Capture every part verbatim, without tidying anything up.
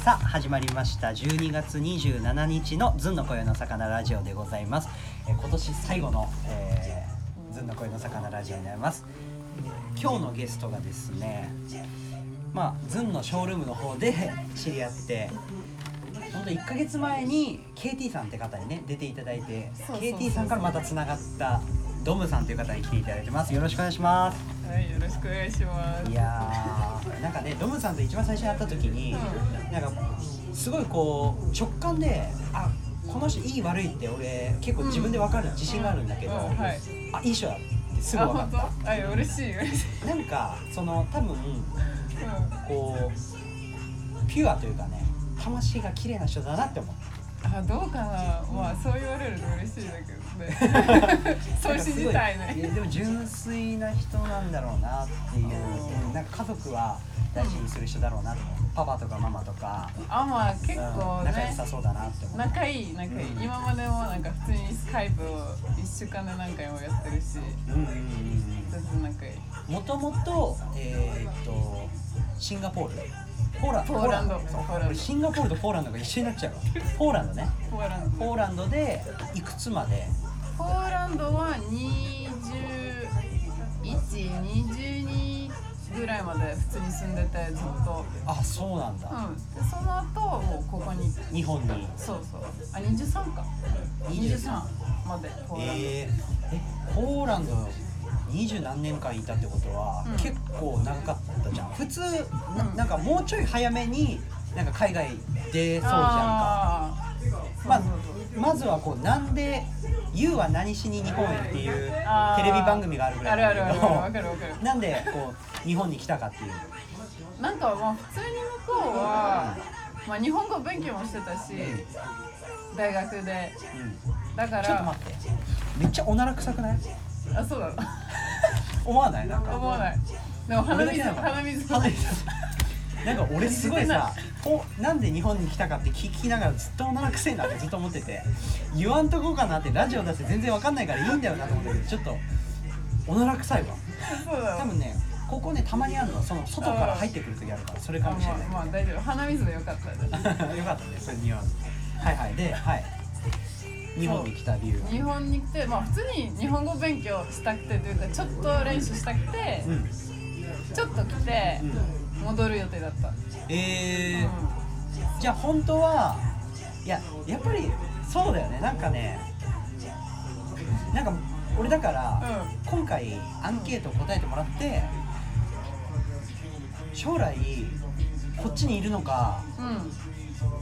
さあ始まりましたじゅうにがつにじゅうしちにちのずんの声の魚ラジオでございます。えー、今年最後の、えー、ずんの声の魚ラジオになります。今日のゲストがですね、まあズンのショールームの方で知り合って、本当いっかげつまえに ケーティー さんって方にね出ていただいて、 ケーティー さんからまたつながったドムさんという方に来ていただいてます。よろしくお願いします。 はい、よろしくお願いします。 いやー、なんかね、ドムさんと一番最初に会った時に、うん、なんかすごいこう直感で、あ、この人いい悪いって俺結構自分で分かる自信があるんだけど、うんうん、はい、あ、いい人だってすぐ分かった。 あ、本当？あ、嬉しい嬉しい。 なんかその多分、うん、こうピュアというかね、魂が綺麗な人だなって思った。 あ、どうかな、まあそう言われると嬉しいだけどね。そう信じたいね。 いやでも純粋な人なんだろうなっていう、なんか家族は大事にする人だろうなと思う。パパとかママとか、 あ、まあ結構ね、 仲良さそうだなって思う。 仲いい仲いい、うん、今までもなんか普通にスカイプをいっしゅうかんで何回もやってるし、うんうんうんうん、ずっと仲いい。もともとえー、っとシンガポールポーランド、 ポーランド、 そう、俺シンガポールとポーランドが一緒になっちゃうわ。ポーランドね。 ポーランド。 ポーランドでいくつまで？ ポーランドはにじゅういち、にじゅうにぐらいまで普通に住んでてずっと。 あ、そうなんだ。 うん。でその後もうここに。 日本に。 そうそう。あ、にじゅうさんか。にじゅうさんまでポーランド。 えー、え、ポーランド二十何年間いたってことは、うん、結構長かったじゃん。普通 な, なんかもうちょい早めになんか海外出そうじゃんか。まあ、まずはこうなんで ユー は何しに日本へっていうテレビ番組があるぐらいなんだけど、 わかるわかる。 なんでこう日本に来たかっていう。 なんかまあ普通に向こうは、まあ、日本語勉強もしてたし、大学で、うん、だからちょっと待って、めっちゃおなら臭くない？ あ、そうだろ。 思わない？なんか思わない。でも鼻水鼻水鼻水なんか俺すごいさ、お、なんで日本に来たかって聞きながらずっとおならくせえなってずっと思ってて、言わんとこうかなって、ラジオ出して全然わかんないからいいんだよなと思ったけど、ちょっとおなら臭いわ。 そうだろ。 多分ね、ここねたまにあるの、その外から入ってくる時あるから、それかもしれない。 まあ、まあ大丈夫、鼻水でよかったよかったね、それには。はいはい。で、はい、日本に来た理由。 日本に来て、まあ普通に日本語勉強したくてというか、ちょっと練習したくて、うん、ちょっと来て、うん、戻る予定だった。 えー、うん、じゃあ本当はいや、やっぱりそうだよね。なんかね、なんか俺だから、うん、今回アンケート答えてもらって、将来こっちにいるのか、うん、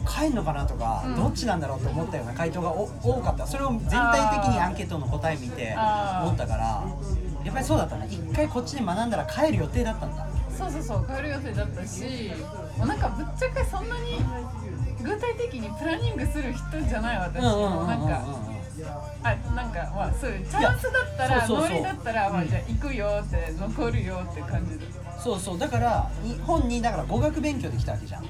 帰んのかなとか、うん、どっちなんだろうと思ったような回答がお多かった。それを全体的にアンケートの答え見て思ったから、やっぱりそうだったね。一回こっちに学んだら帰る予定だったんだ。 そうそうそう、帰る予定だったし、もうなんかぶっちゃけそんなに具体的にプランニングする人じゃない私。なんかあ、なんかまあそういうチャンスだったら、ノリだったら、まあじゃあ行くよって残るよって感じで。 そうそう、だから日本にだから語学勉強で来たわけじゃん。うん、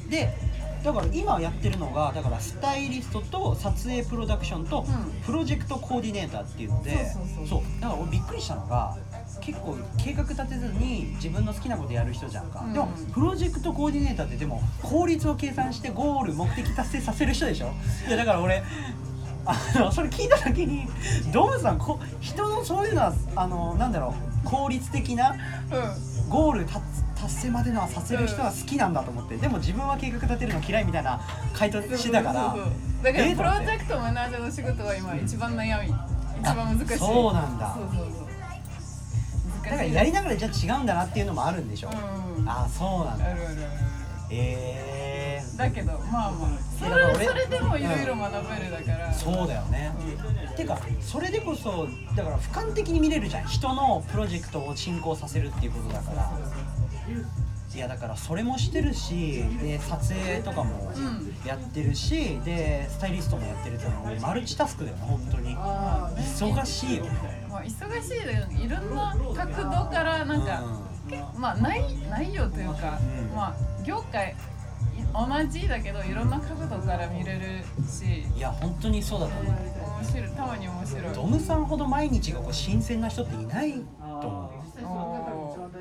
でだから今やってるのが、だからスタイリストと撮影プロダクションとプロジェクトコーディネーターっていうので、そうだから俺びっくりしたのが、結構計画立てずに自分の好きなことやる人じゃんか、うん、でもプロジェクトコーディネーターってでも効率を計算してゴール目的達成させる人でしょ。いやだから俺あのそれ聞いた時に、ドムさんこ人のそういうのはあのなんだろう、効率的な、うん、ゴール達成までのはさせる人は好きなんだと思って、うん、でも自分は計画立てるの嫌いみたいな回答してたから、 そうそうそう、だからプロジェクトマネージャーの仕事は今一番悩み、うん、一番難しい。 そうなんだ。 そうそうそう、 だからやりながらじゃあ違うんだなっていうのもあるんでしょ。うん、あ、そうなんだ。 あるあるある。 えー、 だけどまあまあそれ、それでもいろいろ学べるだから、うん、 そうだよね、うん、てかそれでこそだから俯瞰的に見れるじゃん、人のプロジェクトを進行させるっていうことだから。いやだからそれもしてるし、で撮影とかもやってるし、うん、でスタイリストもやってるっていうのはマルチタスクだよね、本当に。忙しいよね。 まあ、忙しいだよね。いろんな角度からなんか、うん、まあ内内容というか、うん、まあ業界同じだけどいろんな角度から見れるし、 いや本当にそうだと思う。 面白い、たまに面白い。 ドムさんほど毎日がこう新鮮な人っていないと思う。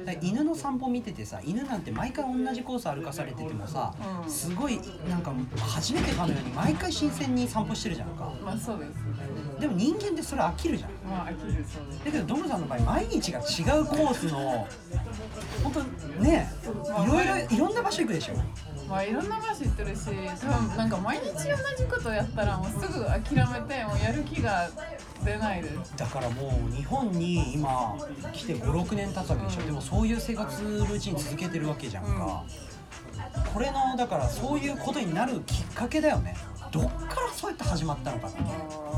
だから犬の散歩見ててさ、犬なんて毎回同じコース歩かされててもさ、うん、すごいなんか初めてかのように毎回新鮮に散歩してるじゃんか。 まあそうです。 でも人間ってそれ飽きるじゃん。 まあ飽きる。そうです。 だけどドムさんの場合毎日が違うコースの本当ね、いろいろいろんな場所行くでしょ。 まあいろんな場所行ってるし、多分なんか毎日同じことやったらもうすぐ諦めてもうやる気が出ないです。 だからもう日本に今来てごろくねん経つわけでしょ、うん、でもそういう生活ルーチン続けてるわけじゃんか、うん、これのだからそういうことになるきっかけだよね。どっからそうやって始まったのかっていう。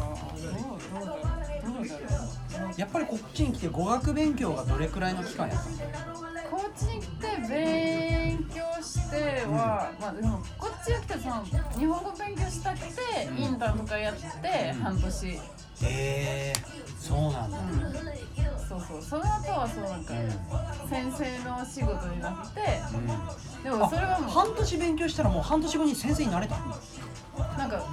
やっぱりこっちに来て語学勉強がどれくらいの期間やったの？ こっちに来て勉強しては、うん、まあでもこっちに来てその日本語勉強したくて、うん、インターンとかやって半年。へえー、そうなんだ、うん、 そうそう。その後はそうなんか、うん、先生の仕事になって、うん、でもそれはもう半年勉強したらもう半年後に先生になれた。 なんか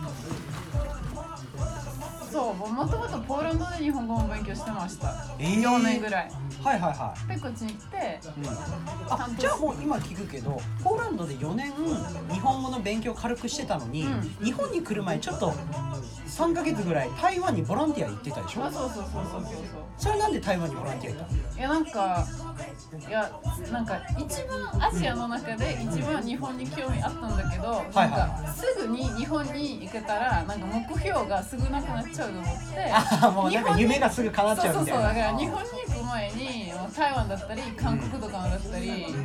そう、もともとポーランドで日本語も勉強してました、えー、よねんぐらい。 はいはいはい。 でこっちに来て、うん、 あ、じゃあもう今聞くけどポーランドでよねん日本語の勉強軽くしてたのに、うん、日本に来る前ちょっとさんかげつぐらい台湾にボランティア行ってたでしょ。 あ、そうそうそうそうそう。 それなんで台湾にボランティア行ったの？ いやなんかいやなんか一番アジアの中で一番日本に興味あったんだけど、うん、なんかすぐに日本に行けたらなんか目標がすぐなくなっちゃうと思って、 あ、もうなんか夢がすぐ叶っちゃうみたいな。 そうそうそう。だから日本に行く前に台湾だったり韓国とかだったり行って、うん、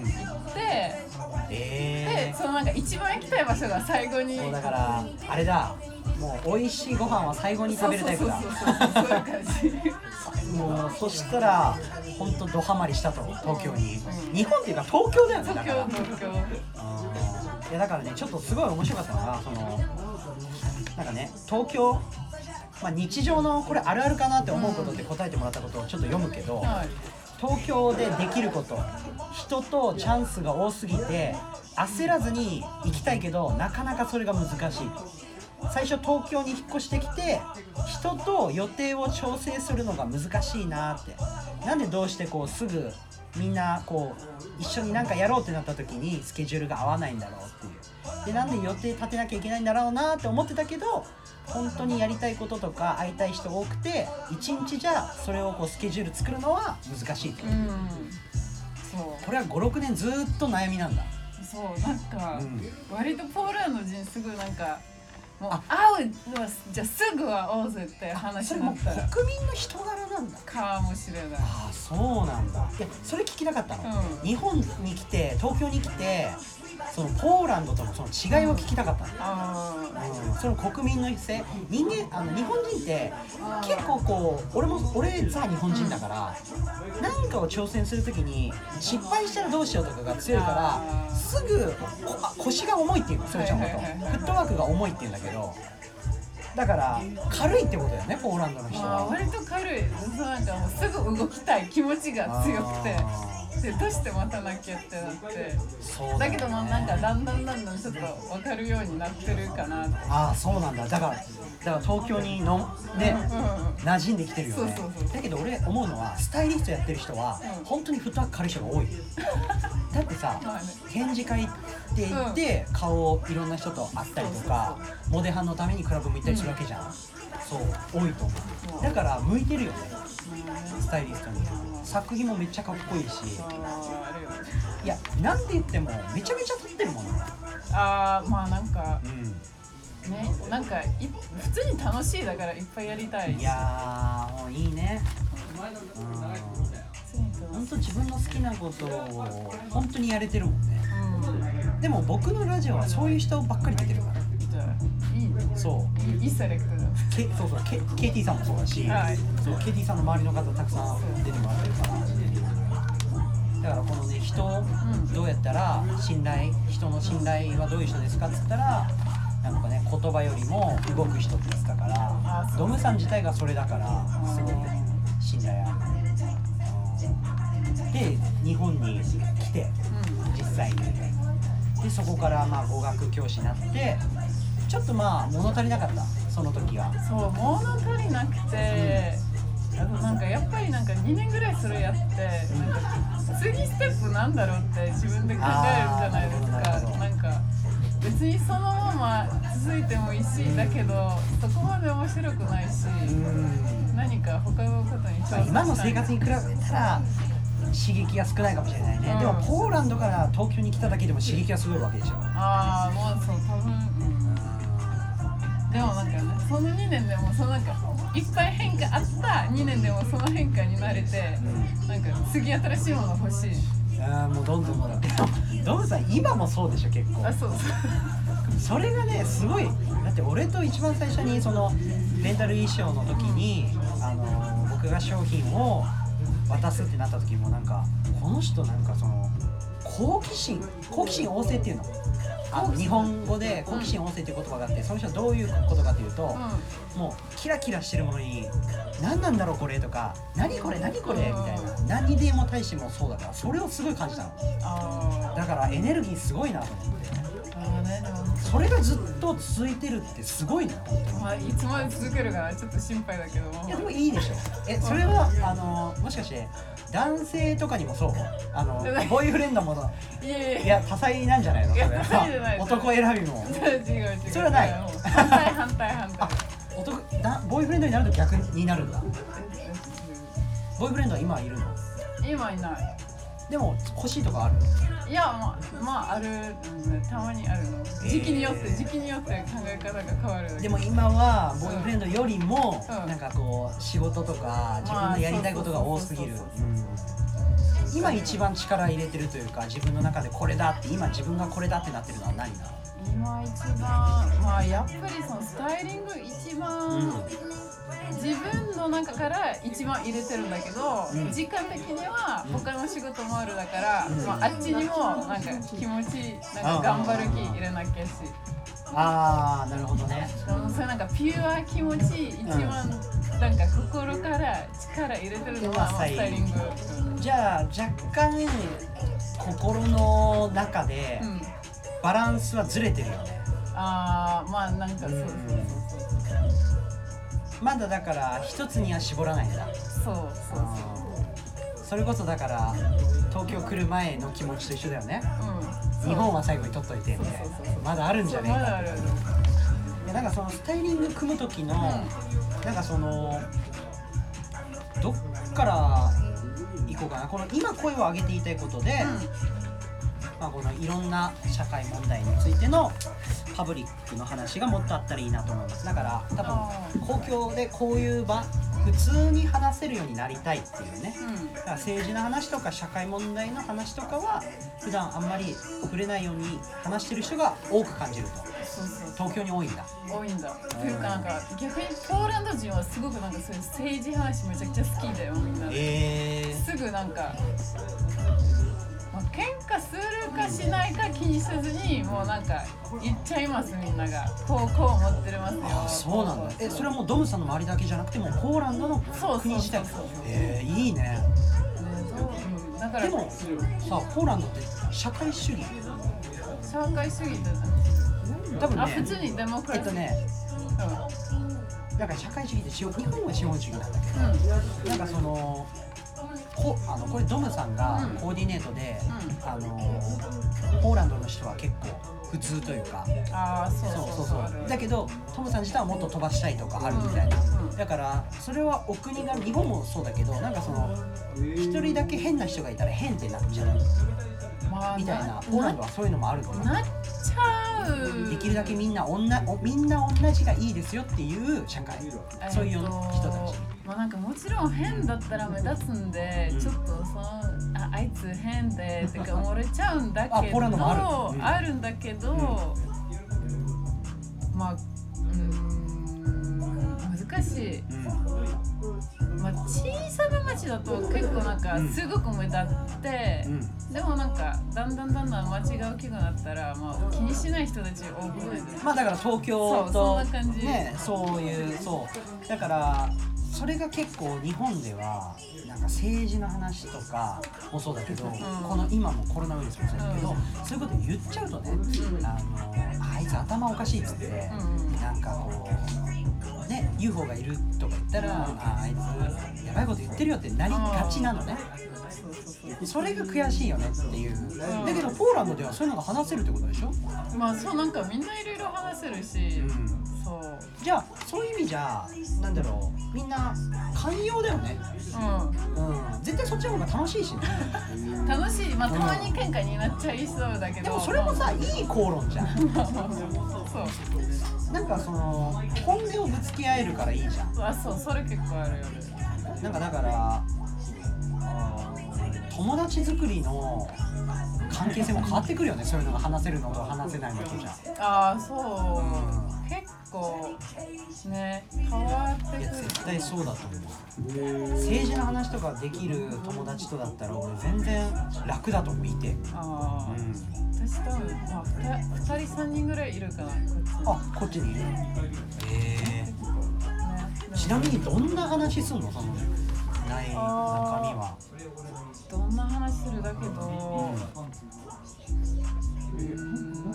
えー、でそのなんか一番行きたい場所が最後に。 そうだからあれだ、もう美味しいご飯は最後に食べるタイプだ。 そうそうそうそう、そういう感じ。 もうそしたら本当ドハマりしたと東京に、うん、日本っていうか東京だよね。 東京東京。 いやだからねちょっとすごい面白かったのがそのなんかね東京、まあ、日常のこれあるあるかなって思うことって答えてもらったことをちょっと読むけど、うん、はい、東京でできること、人とチャンスが多すぎて焦らずに行きたいけどなかなかそれが難しい。最初東京に引っ越してきて人と予定を調整するのが難しいなって。なんでどうしてこうすぐみんなこう一緒になんかやろうってなった時にスケジュールが合わないんだろうっていう。でなんで予定立てなきゃいけないんだろうなって思ってたけど、本当にやりたいこととか会いたい人多くて一日じゃそれをこうスケジュール作るのは難しいっていう、うん、そうこれはごろくねんずっと悩みなんだ。 そうなんか、うん、割とポーランド人すぐなんかもう会うじゃあすぐ会おうぜって話になったら、 それも国民の人柄なんだかもしれない。 ああそうなんだ。いやそれ聞きたかったの、うん、日本に来て東京に来てそのポーランドとのその違いを聞きたかったの、うんうん、その国民の性、人間あの日本人って結構こう俺も俺ザ日本人だから、うん、何かを挑戦するときに失敗したらどうしようとかが強いからすぐ腰が重いっていうの、そうちゃんのことフットワークが重いっていうんだけど、だから軽いってことだよねポーランドの人は。 割と軽い。そうなんかもうすぐ動きたい気持ちが強くて、でどうして待たなきゃってなって、そうだ、ね、だけどもなんかだんだんだんだんちょっと分かるようになってるかなって。 ああそうなんだ。だからだから東京にのね、うんうん、馴染んできてるよね。そうそうそう。だけど俺思うのはスタイリストやってる人は、うん、本当にフットワーク軽い人が多い。だってさ、まあね、展示会って言って、うん、顔をいろんな人と会ったりとか、そうそうそう、モデハンのためにクラブも行ったりするわけじゃん、うん、そう多いと思う。だから向いてるよね、うん、スタイリストに。作品もめっちゃかっこいいし、いやなんて言ってもめちゃめちゃ撮ってるもんね。 あーまあなんか、うんね、なんかい普通に楽しいだからいっぱいやりたいし。 いやーもういいね。本当自分の好きなことを本当にやれてるもんね、うん、でも僕のラジオはそういう人ばっかり出てるから。 じゃあいいね。 そういいセレクトだ。 けそうそう K、ケーティー さんもそうだし、はい、そう ケーティー さんの周りの方たくさん出てもらってるから。だからこのね人をどうやったら信頼、人の信頼はどういう人ですかって言ったらなんかね言葉よりも動く人って言ってたから、ドムさん自体がそれだからすごい信頼ある。で日本に来て実際にでそこからまあ語学教師になってちょっとまあ物足りなかったその時は。 そう物足りなくて、 あとなんかやっぱりなんかにねんぐらいそれやってなんか次ステップなんだろうって自分で考えるじゃないですか。なんか別にそのまま続いてもいいし、だけどそこまで面白くないし、何か他のことに挑戦したい。 今の生活に比べたら刺激が少ないかもしれないね、うん、でもポーランドから東京に来ただけでも刺激がすごいわけでしょ。 ああもうそう多分、うん、でもなんかねそのにねんでもそのなんかいっぱい変化あったにねんでもその変化に慣れて、うん、なんか次新しいもの欲しい。 ああもうどんどんどんどんドムさん今もそうでしょ結構。 あそうそうそれがねすごい。だって俺と一番最初にそのレンタル衣装の時に、うん、あの僕が商品を渡すってなった時もなんかこの人なんかその好奇心好奇心旺盛っていうのあの日本語で好奇心旺盛っていう言葉があって、その人はどういうことかというと、うん、もうキラキラしてるものに何なんだろうこれとか何これ何これみたいな何でも大使もそうだからそれをすごい感じたの。あだからエネルギーすごいなと思って。あ、ね、でもそれがずっと続いてるってすごいな本当に、 まあ、いつまで続けるかなちょっと心配だけども。 いやでもいいでしょ。えそれはあのもしかして男性とかにもそうあのボーイフレンドもいやいやいや多彩なんじゃないの。それは男選びも違う違うそれはない反対反対反対男だボーイフレンドになると逆になるんだ。ボーイフレンドは今いるの？ 今いない。 でも欲しいとかある？ いやまあまあある、ね、たまにあるの。時期によって、えー、時期によって考え方が変わる。 でも今はボーイフレンドよりも、うん、なんかこう仕事とか自分のやりたいことが多すぎる。今一番力入れてるというか自分の中でこれだって今自分がこれだってなってるのは何なの？ 今一番まあやっぱりそのスタイリング一番、うん、自分の中から一番入れてるんだけど、うん、時間的には他の仕事もあるだから、うんまあ、あっちにもなんか気持ちなんか頑張る気入れなきゃし。 ああなるほどね。 でもそれなんかピュア気持ち一番、うん、なんか心から力入れてるのはスタイリング。 じゃあ若干心の中でバランスはずれてるよね。 うん、ああまあなんかそうそうそうそう。 まだだから一つには絞らないんだ。 そうそうそう。 それこそだから東京来る前の気持ちと一緒だよね。うん、日本は最後に取っといてみたいな。まだあるんじゃねえか。 まだある。いやなんかそのスタイリング組む時の、うん、なんかそのどっから行こうかな。この今声を上げて言いたいことで、うんまあ、このいろんな社会問題についてのパブリックの話がもっとあったらいいなと思います。だから多分公共でこういう場普通に話せるようになりたいっていうね、うん、だから政治の話とか社会問題の話とかは普段あんまり触れないように話してる人が多く感じると。そうそう東京に多いんだ。 多いんだ。というかなんか逆にポーランド人はすごくなんかそういう政治話めちゃくちゃ好きだよみんな。えー、すぐなんかまあ、喧嘩するかしないか気にせずにもうなんか言っちゃいますみんながこうこう思ってますよ。 あそうなんだ。えそれはもうドムさんの周りだけじゃなくてもポーランドの国自体。えー、いいね。ねうん、だからでもさあポーランドって社会主義社会主義って多分ねあ普通にデモクラシーえっとね、うん、なんか社会主義って日本は資本主義なんだけど、うん、なんかそのこあのこれドムさんがコーディネートで、うん、あのポーランドの人は結構普通というかあそうそうそうそうだけどトムさん自体はもっと飛ばしたいとかあるみたいな、うんうん、だからそれはお国が日本もそうだけどなんかその一人だけ変な人がいたら変ってなっちゃう、まあ、みたいなポーランドはそういうのもあると思う。 なっちゃう。 できるだけみんなおんなみんな同じがいいですよっていう社会、そういう人たち。 まあ、なんかもちろん変だったら目立つんで、うん、ちょっとその あ, あいつ変でってか漏れちゃうんだけどあ, あ, る、うん、あるんだけど、うん、まあうーん難しい、うんまあ、小さな町だと結構なんかすごく目立って、うん、でもなんかだんだんだんだん街が大きくなったら、まあ、気にしない人たち多くないですか。 まあだから東京とそうそんな感じねそういうそうだからそれが結構日本ではなんか政治の話とかもそうだけど、うん、この今もコロナウイルスもそうだけど、うん、そういうこと言っちゃうとね、うん、あのあいつ頭おかしいっつって、うん、なんかこうね ユーフォー がいるとか言ったら、うん、あ, あいつやばいこと言ってるよってなりがちなのね。それが悔しいよねっていう、うん、だけどポーランドではそういうのが話せるってことでしょ。 まあそうなんかみんないろいろ話せるし、うん、そうじゃあそういう意味じゃなんだろうみんな寛容だよね。うん、うん、絶対そっちの方が楽しいしね楽しい、まあたまに喧嘩になっちゃいそうだけど、 でもそれもさ、いい口論じゃんそうなんかその本音をぶつけ合えるからいいじゃん。 あ、そう、それ結構あるよね。 なんかだから友達作りの関係性も変わってくるよね。そういうのが話せるのと話せないのとじゃ。 ああ、そう、うん、結構ね変わってくる。いや絶対そうだと思う。政治の話とかできる友達とだったら俺全然楽だと思ういて。ああ、うん、 私多分まあふたりさんにんぐらいいるかなこっち。 あ、こっちに。へえー。ね、ちなみにどんな話すんのそのない中身は。 どんな話するだけど、うん、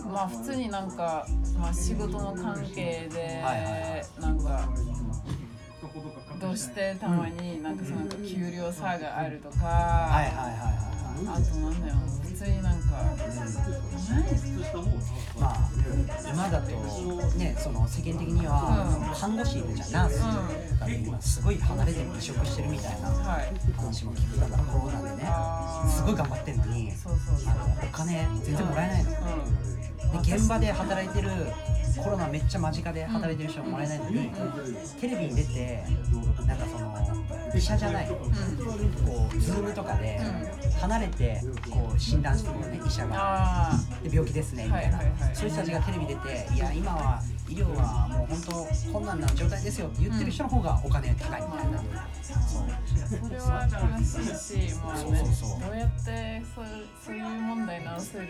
まあ普通になんか、まあ、仕事の関係で、はいはいはい、なんかどうしてたまになんかその給料差があるとか、はいはいはいはい、あとなんだよ普通になんか、 うん、まあ今だとねその世間的には看護師いるじゃん、ナースが今すごい離れて離職してるみたいな話も聞くから、コロナでねすごい頑張ってんのにお金全然もらえないの、うん、で現場で働いてるコロナめっちゃ間近で働いてる人はもらえないのに、テレビに出てなんかその医者じゃない、うん、こうズームとかで離れてこう診断してるよね医者がで病気ですねみたいな、はいはいはい、そういう人たちがテレビ出ていや今は医療はもう本当困難な状態ですよって言ってる人の方がお金高いみたいな、うん、 そうそれは悲しいし、まあね、そうそうそうどうやってそうそういう問題直せるし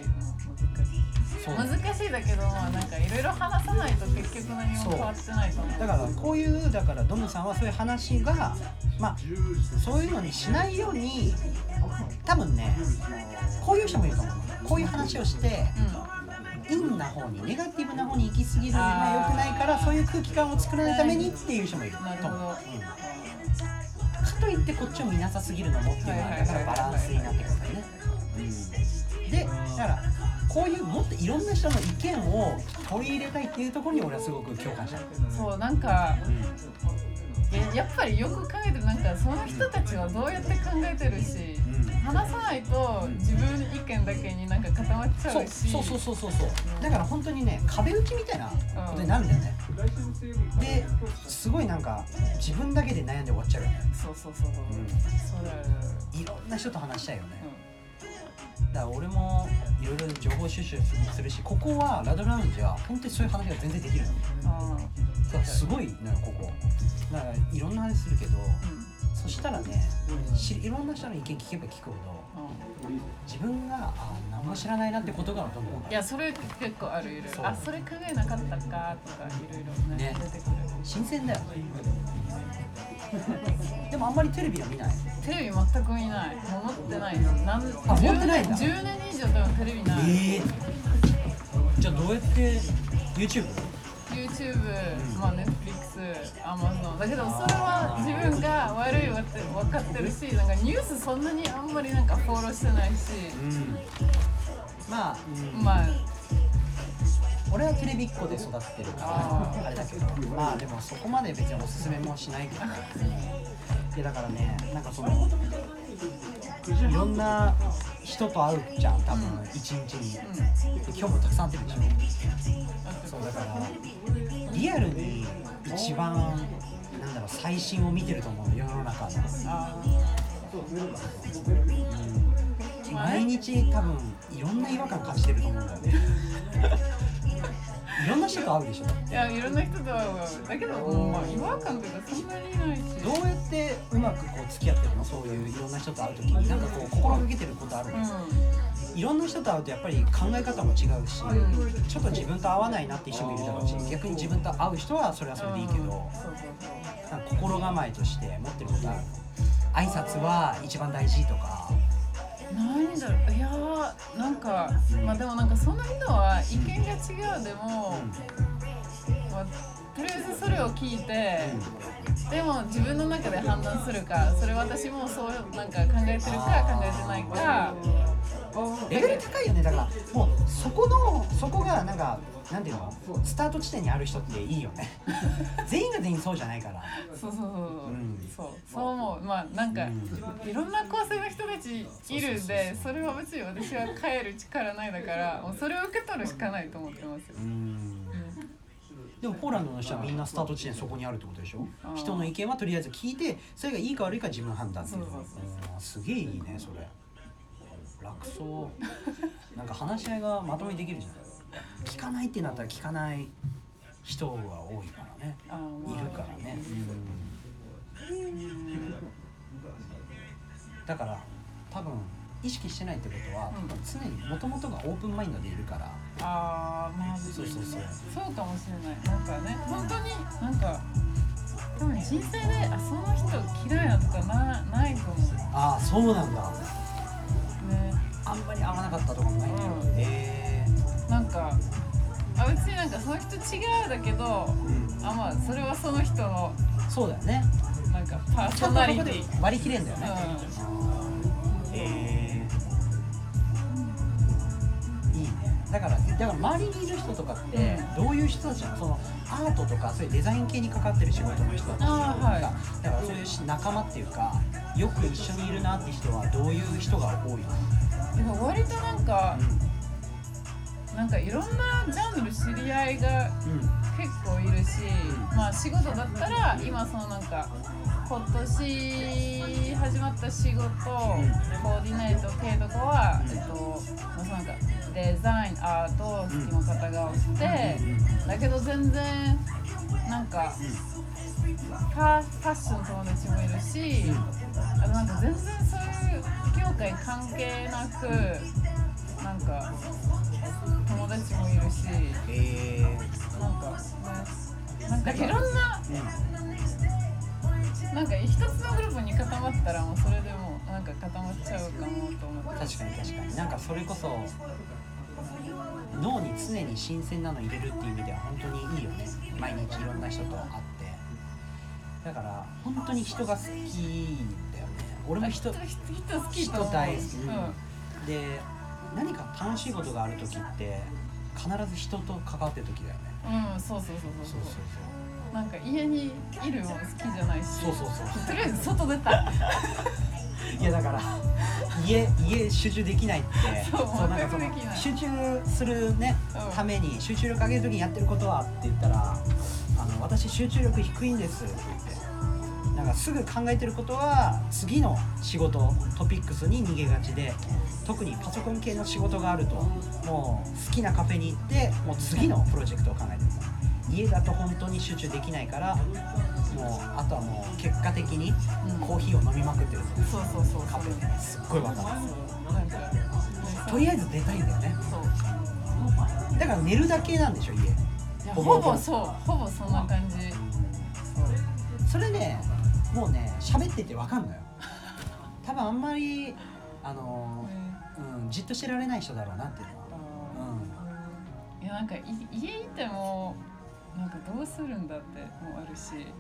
難しい難しいだけど、まあ、なんかいろいろ話さないと結局何も変わってないと思う。 だからこういうだからドムさんはそういう話がまあそういうのにしないように多分ねこういう人もいると思う。こういう話をして、うん、陰な方にネガティブな方に行き過ぎるのは良くないからそういう空気感を作らないためにっていう人もいると思う。なるほど、うん、かといってこっちを見なさすぎるのもっていうのはだからバランスになってくるんだよね。うん、でだからこういうもっといろんな人の意見を取り入れたいっていうところに俺はすごく共感した。 そうなんか、うん、やっぱりよく考えてるなんかその人たちはどうやって考えてるし、うん、話さないと自分の意見だけになんか固まっちゃうし、 そうそうそうそうそう、うん、だから本当にね壁打ちみたいなことになるんだよね、うん、ですごいなんか自分だけで悩んで終わっちゃうよね。 そうそうそう、うん、 それいろんな人と話したいよね、うん、だから俺もいろいろ情報収集するし、ここはラドラウンジは本当にそういう話が全然できるの。あだからすごいのよここ。だからいろんな話するけど、うん、そしたらね、いろんな人の意見聞けば聞くほど、うん、自分があ何も知らないなってことがどんどん。 いやそれ結構あるいろいろ。あそれ考えなかったかとかいろいろね出てくる。 新鮮だよね。でもあんまりテレビは見ない。 テレビ全く見ない。もう持ってないの。なんあ持ってないんだ。 じゅうねん以上多分テレビない。 えー、じゃあどうやって YouTube？YouTube、 うん、まあ Netflix、Amazon だけどそれは自分が悪いって分かってるし、なんかニュースそんなにあんまりなんかフォローしてないし、うん、 まあ、うん、 まあ俺はテレビっ子で育ってるからあれだけど、まあでもそこまで別におすすめもしないけど、いやだからねなんかそのいろんな人と会うじゃん多分一日に、うん、で今日もたくさん会ってるでしょ。そうだからリアルに一番なんだろう最新を見てると思うの世の中の。あ、うん、毎日多分いろんな違和感感じてると思うんだよね。いろんな人と会うでしょ。 いやいろんな人と会うだけど、まあ、違和感とかそんなにないし。 どうやってうまくこう付き合ってるの？そういういろんな人と会うときになんかこう心がけてることあるの？うん、いろんな人と会うとやっぱり考え方も違うし、うん、ちょっと自分と合わないなって人もいるだろうし、逆に自分と合う人はそれはそれでいいけど、うん、なんか心構えとして持ってることあるの？挨拶は一番大事とか。 なんだろう、いやーなんか、まあでもなんかそんな人は意見が違うでも、うん、まあ、 とりあえずそれを聞いて、うん、でも自分の中で判断するか、それ私もそうなんか考えてるか考えてないか。 レベル高いよね。だからもうそこのそこがなんかなんていうの、スタート地点にある人っていいよね。全員が全員そうじゃないから。 そうそうそう、うん、そうそう思う。まあなんか、うん、いろんな構成の人たちいるんで、それは別に私は変える力ないだから、もうそれを受け取るしかないと思ってますよ。うん、 でもポーランドの人はみんなスタート地点そこにあるってことでしょ。人の意見はとりあえず聞いて、それがいいか悪いか自分判断っていう。すげえいいねそれ。楽そう。なんか話し合いがまとめにできるじゃない。聞かないってなったら聞かない人が多いからね。あ、まあ、いるからね。うん、だから多分意識してないってことは、うん、常に元々がオープンマインドでいるから。 ああ、まあそうそうそう。 そうかもしれない。なんかね、本当になんか多分人生であその人嫌いなとかなないと思う。 ああ、そうなんだ。 ね、 あんまり合わなかったとかもないけど、うん、えー、なんかあ別になんかその人違うだけど、うん、あまあそれはその人のそうだよね。 なんかパーソナリティ割り切れんだよね。うん、えー、いいね。だからだから周りにいる人とかってどういう人たちなの？そのアートとかそういうデザイン系にかかってる仕事の人たちとか、はい、だからそういう仲間っていうかよく一緒にいるなって人はどういう人が多いの？ でも割となんか、うん、なんかいろんなジャンル知り合いが結構いるし、うん、まあ仕事だったら今そのなんか今年始まった仕事、うん、コーディネート系とかは、うん、えっとまあ、そのなんかデザインアート好きの方が多くて、うん、だけど全然なんか、うん、ファ, ファッション友達もいるし、うん、あとなんか全然そういう業界関係なくなんか友達もいるし、えー、なんかね、なんかいろんな、うん、なんか一つのグループに固まったらもうそれでもなんか固まっちゃうかもと思って。 確かに確かに。なんかそれこそ脳に常に新鮮なの入れるっていう意味では本当にいいよね。毎日いろんな人と会って、だから本当に人が好きだよね。俺も 人, 人, 人好き人大好き、うん、で何か楽しいことがある時って必ず人と関わってる時だよね。うん、そうそうそうそうそうそうそう。なんか家にいるの好きじゃないし、 そうそうそうとりあえず外出たいやだから家家集中できないってそう、 そうなんかその集中するね、うん、ために集中力上げる時にやってることはって言ったら、あの私集中力低いんですって言って、なんかすぐ考えてることは次の仕事トピックスに逃げがちで、特にパソコン系の仕事があるともう好きなカフェに行ってもう次のプロジェクトを考えてる。家だと本当に集中できないから、もうあとはもう結果的にコーヒーを飲みまくってる、 うん、そうそうそうカフェで、ね、すっごいわかる。とりあえず出たいんだよね。そうだから寝るだけなんでしょ家。いやほぼほぼそうほぼそんな感じ。 それねもうね喋っててわかんのよ。多分あんまりあの、うん、じっとしてられない人だろうなっていうのは。 うん、いやなんか家いてもなんかどうするんだってもあるし、ね、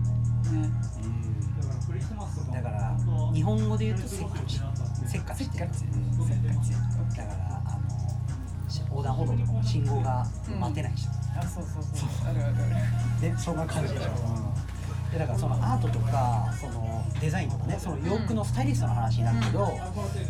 うん、だから日本語で言うとせっかちせっかちって、うん、だからあの横断歩道とか信号が待てない人、 うん、あそうそうそうあるあるあるでそんな感じでしょ、うん、でだからそのアートとかそのデザインとかね、その洋服のスタイリストの話になるけど、うん、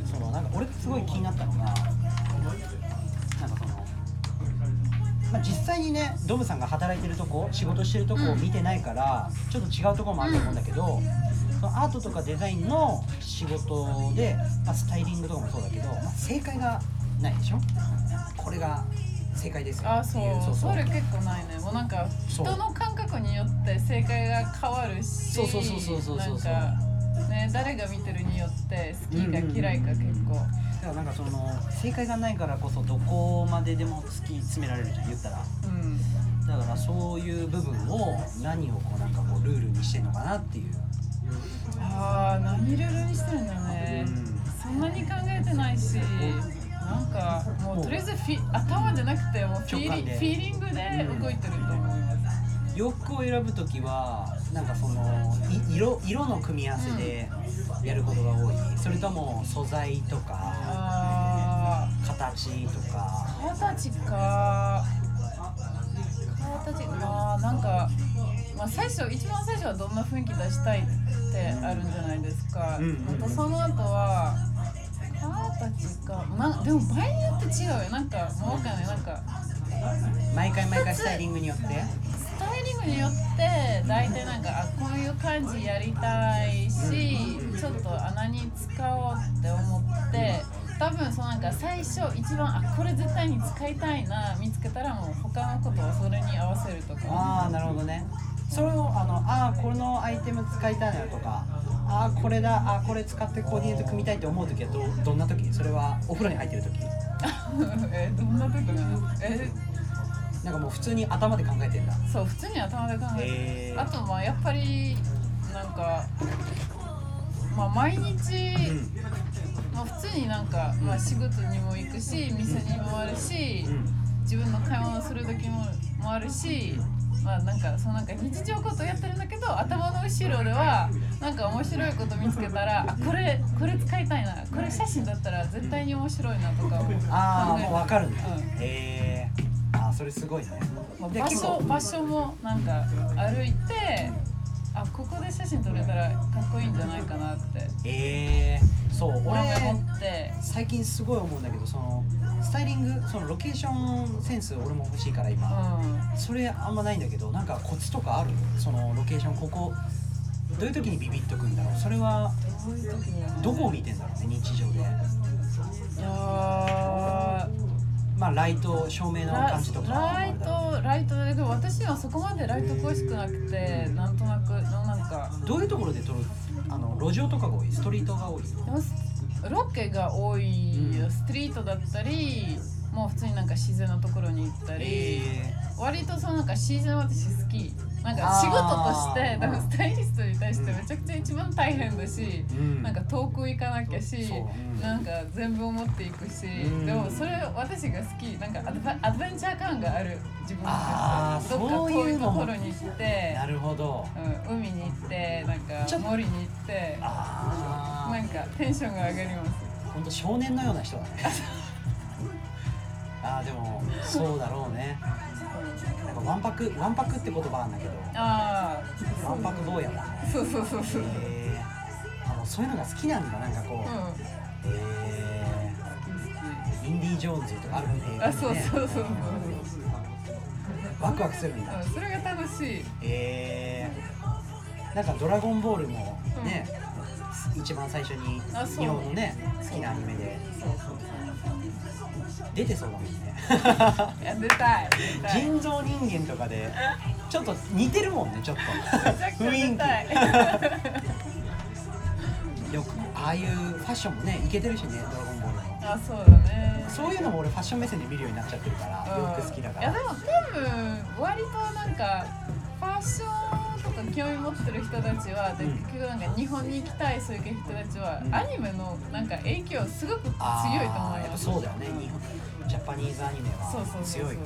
そのなんか俺すごい気になったのが、なんかそのまあ、実際にねドムさんが働いてるとこ仕事してるとこを見てないから、うん、ちょっと違うところもあると思うんだけど、うん、そのアートとかデザインの仕事で、まあ、スタイリングとかもそうだけど、まあ、正解がないでしょ。これが正解ですよあそうそうそう、それ結構ないね。もうなんか人の感覚によって正解が変わるし、 そうそうそうそうそうそう、 なんかね誰が見てるによって好きか嫌いか結構、だからなんかその正解がないからこそどこまででも突き詰められるじゃん言ったら、うん、だからそういう部分を何をこうなんかこうルールにしてんのかなっていう。 ああ何ルールにしてるんだね、うん、そんなに考えてないし、なんかもうとりあえずフィ頭じゃなくてもうフィーリング、フィーリングで動いてると思います。 洋服を選ぶときはなんかそのい 色, 色の組み合わせでやることが多い、それとも素材とかあ形とか。 形か形まあなんか、まあ、最初一番最初はどんな雰囲気出したいってあるんじゃないですか、 うんうんうん、 またその後は形かな。でも場合によって違うよ。なんかもう分かんないなんか毎回毎回スタイリングによってスタイリングによって大体なんかあこういう感じやりたいし、ちょっと穴に使おうって思って、多分そのなんか最初一番あこれ絶対に使いたいな見つけたらもう他のことをそれに合わせるとか。 ああなるほどね。それをあのあこのアイテム使いたいなとか、あこれだあこれ使ってコーディネート組みたいと思うときは ど, どんなとき？それはお風呂に入ってるときえどんなときなの？えなんかもう普通に頭で考えてんだ。 そう普通に頭で考えてる、えー、あとまあやっぱりなんかまあ毎日、うんまあ、普通になんか、まあ、仕事にも行くし店にもあるし、うん、自分の買い物する時ももあるし、まあなんかそのなんか日常ことやってるんだけど頭の後ろではなんか面白いこと見つけたらあこれこれ使いたいなこれ写真だったら絶対に面白いなとかを考える。 ああもう分かるんだ、うん、へえあそれすごいね。 まあ、場所場所もなんか歩いてあここで写真撮れたらかっこいいんじゃないかなってえー、そう俺思って最近すごい思うんだけどそのスタイリングそのロケーションセンス俺も欲しいから今、うん、それあんまないんだけどなんかコツとかある？そのロケーションここどういう時にビビッとくんだろう。それはどこを見てんだろうね日常で。いやまあライト照明の感じとかライトライトでも私はそこまでライト詳しくなくて、うん、なんとなくなんかどういうところで撮る？あの路上とかが多い？ストリートが多い？ ロケが多い、うん、ストリートだったりもう普通になんか自然のところに行ったり、えー、割とそのなんか自然私好き。なんか仕事としてだからスタイリストに対してめちゃくちゃ一番大変だし、うん、なんか遠く行かなきゃし、うん、なんか全部を持っていくし、うん、でもそれ私が好きなんかアドバ、アドベンチャー感がある自分がどっか遠いところに行ってなるほど、 うん、海に行ってなんか森に行ってあなんかテンションが上がります。 本当少年のような人だねあでもそうだろうね。なんかワンパクワンパクって言葉なんだけど、あワンパク坊やだね。 そうそうそうそう。 えー、あのそういうのが好きなんだなんかこう。うん、えー、インディ・ジョーンズとかあるね。 あそうそうそうそう。 ワクワクするんだ。 うん、それが楽しい。 えー、なんかドラゴンボールもね、うん、一番最初に日本のね好きなアニメで。そうそうそう出てそうだもんねいや出たい人造人間とかでちょっと似てるもんねちょっと雰囲気よくああいうファッションもねイケてるしねドラゴンボールも。 あそうだね。 そういうのも俺ファッション目線で見るようになっちゃってるから洋服好きだから。 いやでも多分割となんかファッションとか興味持ってる人たちは、うん、結局なんか日本に行きたいそういう人たちは、うん、アニメのなんか影響すごく強いと思うよ。 やっぱそうだよね。日本ジャパニーズアニメは強いよね。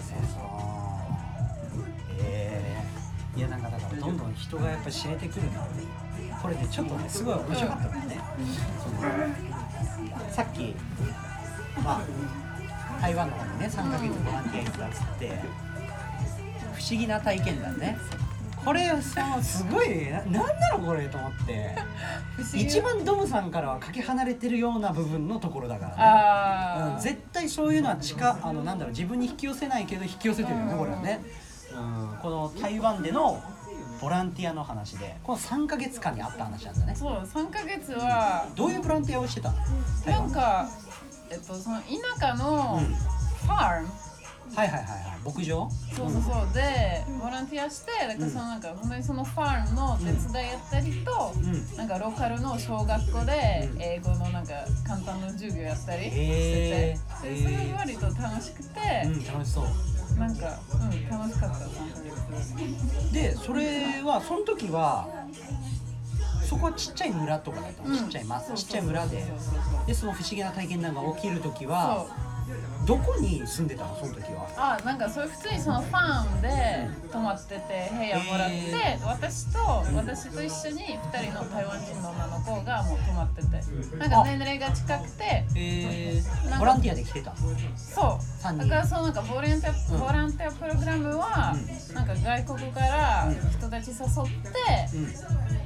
えー、いやなんかだからどんどん人がやっぱ知れてくるな。これでちょっとねすごい面白かったのね、うん、さっきまあ台湾の方にねさんかげつボランティア行ったっつって不思議な体験談ね。これさすごいな、なんだろこれと思って一番ドムさんからはかけ離れてるような部分のところだからね、うん、絶対そういうのは近あのなんだろう自分に引き寄せないけど引き寄せてるよねこれはね、うん、この台湾でのボランティアの話でこのさんかげつかんにあった話なんだね。 そうさんかげつはどういうボランティアをしてたの？ なんか、えっと、その田舎のファーム、 うん、はいはいはいはい牧場そうそうそうでボランティアしてだからそのなんか本当にそのファームの手伝いやったりと、うん、なんかローカルの小学校で英語のなんか簡単な授業やったりしてて、えー、でそれが割と楽しくて、 うん、楽しそうなんか、うん、楽しかったさんかげつで、それはその時はそこはちっちゃい村とかだったの、うん、ちっちゃい、ま、ちっちゃい村ででその不思議な体験談が起きる時はどこに住んでたのその時は？ あ、なんかそれ普通にそのファームで泊まってて部屋もらって、えー、私と私と一緒にふたりの台湾人の女の子がもう泊まってて、なんか年齢が近くて、 えー、ボランティアで来てた。 そうだからそのなんかボランティア、うん、ボランティアプログラムは、うん、なんか外国から人たち誘って、うん、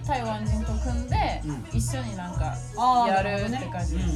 台湾人と組んで、うん、一緒になんかやるって感じです。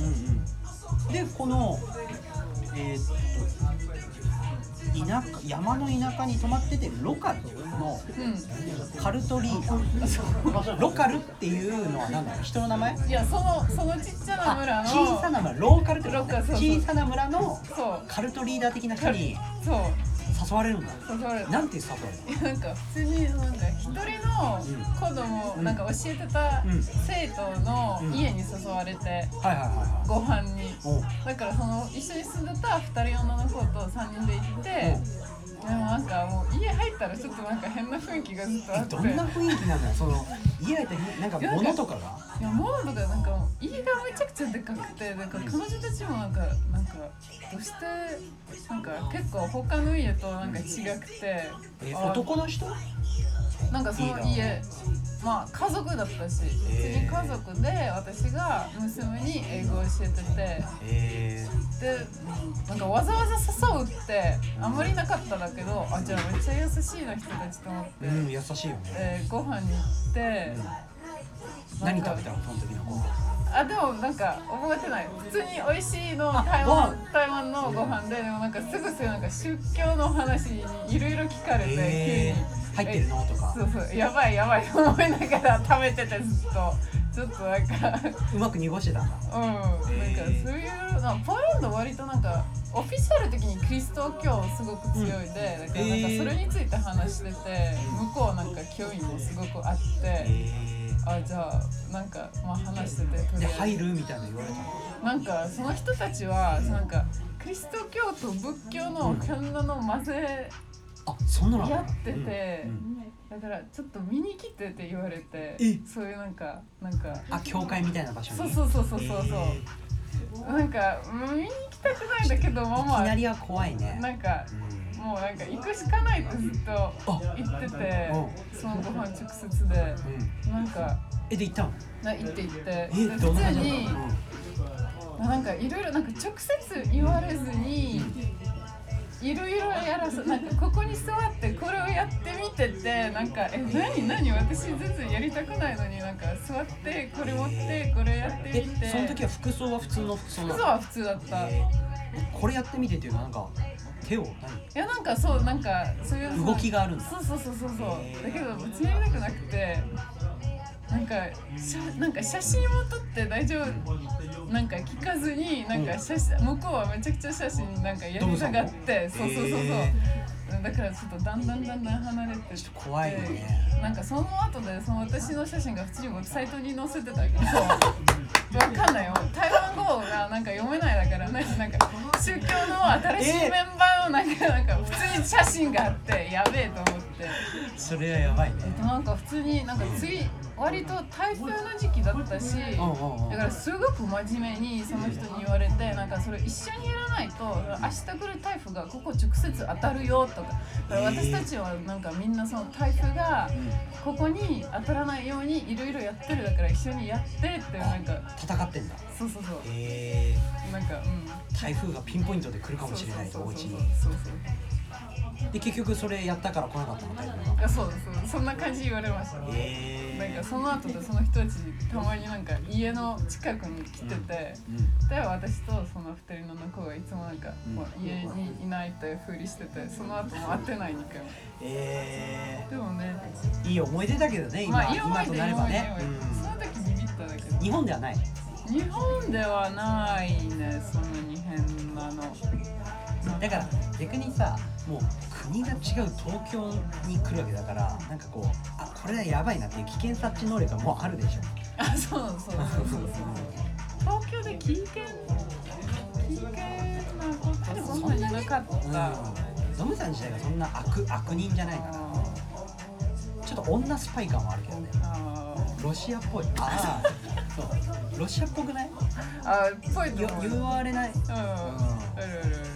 でこのえー、っと田舎山の田舎に泊まっててロカルのカルトリーダー、うん、ロカルっていうのは何だろう、人の名前？ いや、そのそのちっちゃな村の小さな村、ローカルってことね。小さな村のカルトリーダー的な人に誘われるんだ。 誘われる。 なんて誘われるの？ なんか普通になんか一人の子供、うん、なんか教えてた生徒の家に誘われて、ご飯に。だからその一緒に住んでたふたり女の子とさんにんで行って、でもなんかもう家入ったらちょっとなんか変な雰囲気がずっとあって。 どんな雰囲気なんだよ。その家入ったらなんか物とかが？ いや、物とかなんか家がめちゃくちゃでかくて、なんか彼女たちもなんかなんかどうしてなんか結構他の家となんか違くて。 え、男の人？ なんかその家、まあ家族だったし、普通に家族で私が娘に英語を教えてて、 えー、でなんかわざわざ誘うってあんまりなかったんだけど、あ、じゃあめっちゃ優しいな人たちと思って、 うん、優しいよね。 えー、ご飯に行って、 うん、何食べたのその時のご飯？ あ、でもなんか覚えてない。普通に美味しいの台湾台湾のご飯で、でもなんかすぐすぐなんか宗教の話にいろいろ聞かれて、 えー、急に。入ってるのとか。 そうそう、やばいやばいと思いながら食べてて、ずっとちょっとなんかうまく濁してたんだ。 うん、なんかそういうな、ポーランド割となんかオフィシャル的にキリスト教すごく強いで、うん、だからなんかそれについて話してて、向こうなんか興味もすごくあって、えー、あ、じゃあなんかまあ話してて、 で入るみたいな言われたの？ なんかその人たちは、うん、なんかキリスト教と仏教のキャンナの混ぜ、 あ、そんなのやってて、うん、だからちょっと見に来てって言われて、そういうなんかなんかあ、教会みたいな場所に。 そうそうそうそうそう、えー、なんか見に行きたくないんだけど、ママいきなりは怖いね。 なんか、うん、もうなんか行くしかないってずっと言ってて、そのご飯直接で、うん、なんかえで行ったの？ な行って行って、 え普通に、うん、なんかいろいろなんか直接言われずに。いろいろやらす、なんかここに座ってこれをやってみてて、なんかえ何何私全然やりたくないのに、なんか座ってこれ持ってこれやってみて。 え、その時は服装は普通の服装なの？ 服装は普通だった、えー、これやってみてっていうのはなんか手を何？いや、なんかそう、なんかそういう動きがあるんだ。 そうそうそうそうそう、えー、だけど別にやりたくなくて、なんかしゃなんか写真を撮って大丈夫なんか聞かずに、なんか写真、向こうはめちゃくちゃ写真なんかやりたがって、そうそうそうそう、えー、だからちょっとだんだんだんだん離れてって、 ちょっと怖いよね。 なんかその後でその私の写真が普通にウェブサイトに載せてたけど、わかんないよ、台湾語がなんか読めないだから、なんかなんか宗教の新しいメンバーのなんかなんか普通に写真があってやべえと思って、 それはやばいね。 なんか普通になんか次割と台風の時期だったし、だからすごく真面目にその人に言われて、なんかそれ一緒にやらないと明日来る台風がここ直接当たるよとか、だから私たちはなんかみんなその台風がここに当たらないようにいろいろやってる、だから一緒にやってってなんか戦ってんだ。 そうそうそう、 へー、なんか、うん、 台風がピンポイントで来るかもしれないとお家に。 そうそうで結局それやったから来なかったの？台風が。そうそう、そんな感じ言われました。 へー。 なんかその後でその人たちたまになんか家の近くに来てて、うんうん、で私とその二人の子がいつもなんか、うん、もう家にいないってふりしてて、その後も会ってないにかいも。 えー、 でもね、 いい思い出だけどね、今、 まあ、いい思い出今となればね、 うん、その時ビビっただけど。 日本ではない？ 日本ではないね、そんなに変なの。 だから逆にさ、もう国が違う東京に来るわけだから、なんかこう、あ、これはやばいなっていう危険察知能力がもうあるでしょ。 あ、そうそうそうそうそう東京で危険危険なことそんなになかった。 ゾムさん自体がそんな悪悪人じゃないから、ちょっと女スパイ感はあるけどね。ロシアっぽい。ああ、そう。ロシアっぽくない？ あ、っぽいと思う。言われない。 うん。あるある。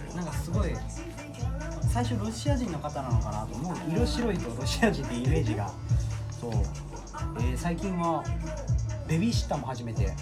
最初ロシア人の方なのかなと思う。色白いとロシア人ってイメージが。そう、えー、最近はベビーシッターも始めて。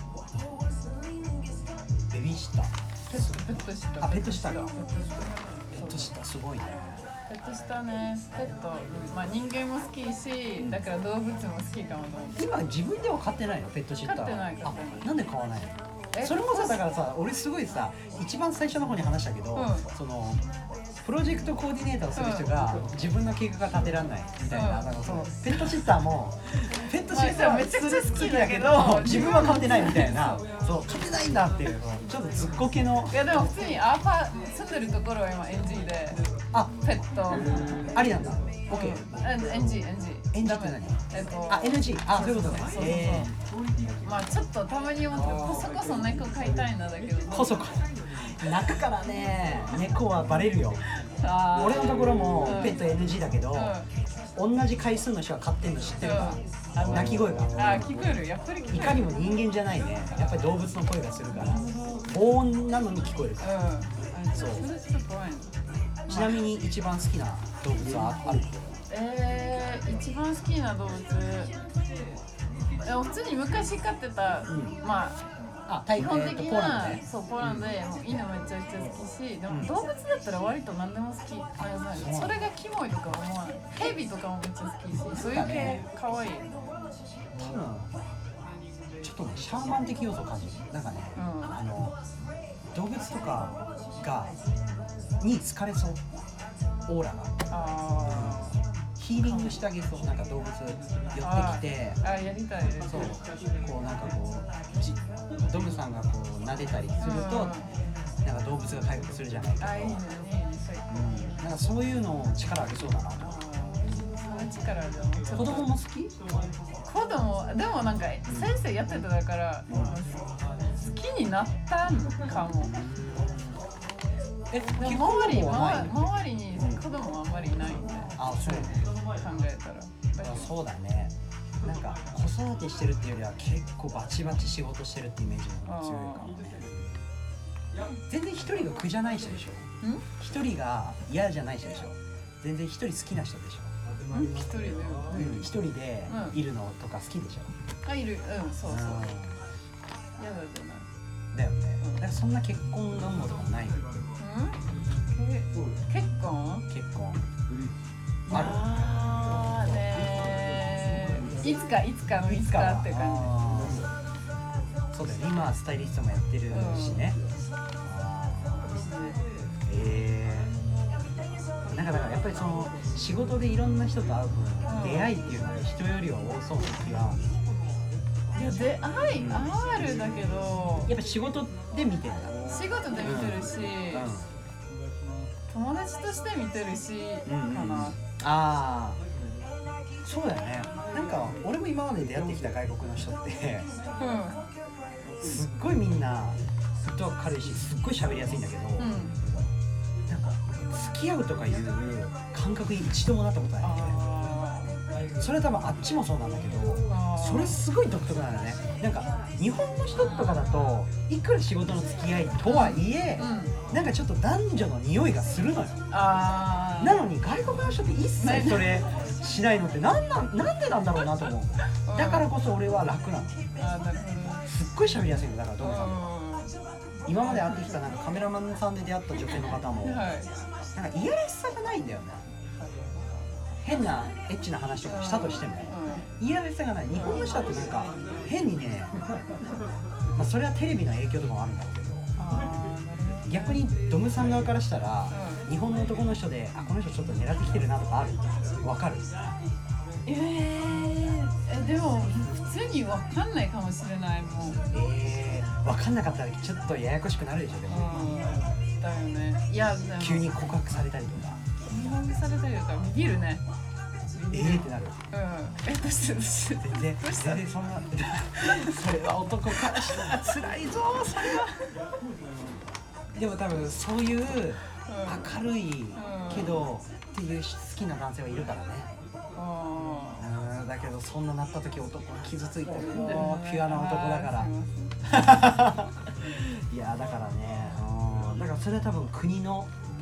ベビーシッターペットシッター。 あ、ペットシッターか。ペットシッターすごいね。 ペットシッターね、ペット、まあ人間も好きし、だから動物も好きかもと思って。 今自分では飼ってないの？ペットシッター。 飼ってない飼ってない。 あ、なんで飼わないの？それもさ、だからさ、俺すごいさ、一番最初の方に話したけど、うん、そのプロジェクトコーディネーターをする人が自分の計画が立てられないみたいな、うん、だからそのペットシッターもペットシッターはめちゃくちゃ好きだけど自分は飼ってないみたいな、そう飼ってないんだっていうちょっとずっこけの。 いやでも普通にアーパー住んでるところは今 エヌジー で、あ、ペットありなんだ。オッケー。エヌジーエヌジー。 エヌジーって何？えっとあ エヌジー。あ、そういうことね。 そうそうそう。えー、まあちょっとたまに思ってこそこそ猫飼いたいんだけど。 こそこ。泣くからね、猫はバレるよ。俺のところもペット エヌジー だけど、うん、同じ回数の人が飼ってるの知ってるから、うん、鳴き声が。 あ、聞こえる。やっぱり聞こえる。 いかにも人間じゃないね。やっぱり動物の声がするから。防音なのに聞こえるから。うん、そう。ちなみに一番好きな動物はある？ えー、一番好きな動物、普通に昔飼ってた、うん、まあ基本的な、えー、そうポーランドで、うん、もう犬めちゃくちゃ好きし、でも動物だったら割と何でも好き。うん、それがキモいとか思わない。ヘビとかもめっちゃ好きし、そういう系可愛い。 多分ちょっとね、シャーマン的要素を感じる。なんかね、うん、あの動物とかがに好かれそう、オーラが。あ、ヒーリングしてあげそう。なんか動物寄ってきて、 ああ、やりたい。 そう、こうなんかこうじドムさんがこう撫でたりすると、うん、なんか動物が回復するじゃないか。 あ、いいね、いいね、 うん、なんかそういうのを力あげそうだなと。 その力じゃん。 子供も好き？ 子供でもなんか先生やってただから、うん、好きになったんかも。え、でも周り周りに子供はあんまりいないんで。あ、そう考えたら。 そうだね。なんか子育てしてるっていうよりは結構バチバチ仕事してるってイメージが強いかもね。全然一人が苦じゃない人でしょ。一人が嫌じゃない人でしょ。全然一人好きな人でしょ。 一人で、 うん、一人でいるのとか好きでしょ。 あ、いる、うん、そうそう。嫌だじゃない。 だよね。だからそんな結婚願望とかもないの。 結婚？ 結婚。 ある。ね。いつかいつかのいつかって感じ。そうだよね。今スタイリストもやってるしね。ええ。なんかだからやっぱりその仕事でいろんな人と会う分、出会いっていうのは人よりは多そうな気が。 いや、出会いあるだけど。 やっぱ仕事で見てるんだ。 仕事で見てるし。友達として見てるし、かな。 ああ、そうだよね。なんか俺も今まで出会ってきた外国の人って、うん、すっごいみんなフットワーク軽いし、すっごい喋りやすいんだけど、うん、なんか付き合うとかいう感覚に一度もなったことないんだよね。それは多分あっちもそうなんだけど、それすごい独特なんだよね。なんか日本の人とかだといくら仕事の付き合いとはいえ、うん、なんかちょっと男女の匂いがするのよ。あなのに外国の人って一切それしないのってなんなんなんでなんだろうなと思う。だからこそ俺は楽なの。あ、なるほど。すっごい喋りやすいのだからドムさんも。今まで会ってきたなんかカメラマンさんで出会った女性の方も、はい、なんかいやらしさがないんだよね。変なエッチな話とかしたとしても、うん、いやらしさがない。日本の人ってなんか変にね、まあ、それはテレビの影響とかもあるんだろうけど、逆にドムさん側からしたら、うん、日本の男の人で、あ、この人ちょっと狙ってきてるなとかある？わかる？ えー、えでも普通にわかんないかもしれないもん。 えー、わかんなかったらちょっとややこしくなるでしょ。でも、 うん、だよね。いや、でも急に告白されたりとか。 告白されたりとかビビるね。 えーってなる。 うん。え、どうしてどうして。 全然全然そんなそれは男からしたら辛いぞそれは。でも多分そういう明るいけどっていう好きな男性はいるからね。うん。だけどそんななった時男は傷ついてる。ピュアな男だから。いやだからね。うん。だからそれは多分国の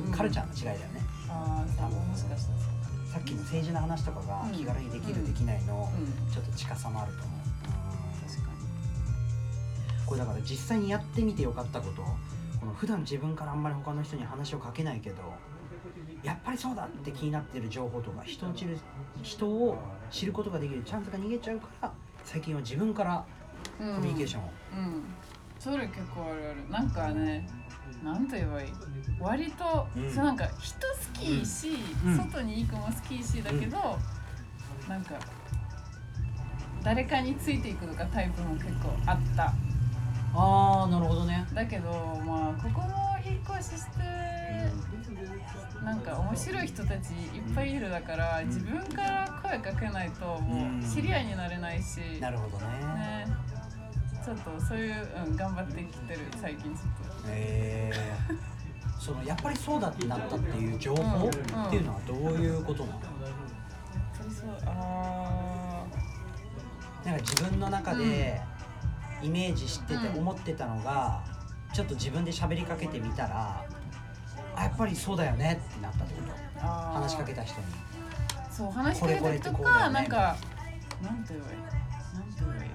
うん、カルチャーの違いだよね。 ああ、多分もしかしたらさっきの政治の話とかが気軽にできる、うん、できないの、うん、ちょっと近さもあると思う、うん、確かに。これだから実際にやってみてよかったこと、この普段自分からあんまり他の人に話をかけないけどやっぱりそうだって気になってる情報とか人を知る人を知ることができるチャンスが逃げちゃうから、最近は自分からコミュニケーションを、 うんうん、それ結構あるある。なんかね、なんと言えばいい、割と、うん、そうなんか人好きし、うん、外に行くも好きしだけど、うん、なんか誰かについていくとかタイプも結構あった。 あー、なるほどね。 だけどまあここも引っ越しして、うん、なんか面白い人たちいっぱいいるだから、うん、自分から声かけないともう知り合いになれないし、 うん、なるほど ね, ねちょっとそういう、うん、頑張ってきてる最近ちょっと。 へえー、そのやっぱりそうだってなったっていう情報、うん、っていうのはどういうことなの？やっぱりそう、あーなんか自分の中でイメージしてて思ってたのが、うん、ちょっと自分で喋りかけてみたら、あ、やっぱりそうだよねってなったってこと？話しかけた人に。 そう話しかけた人とか、ね、なんかなんて言えばいいなんて言えばいい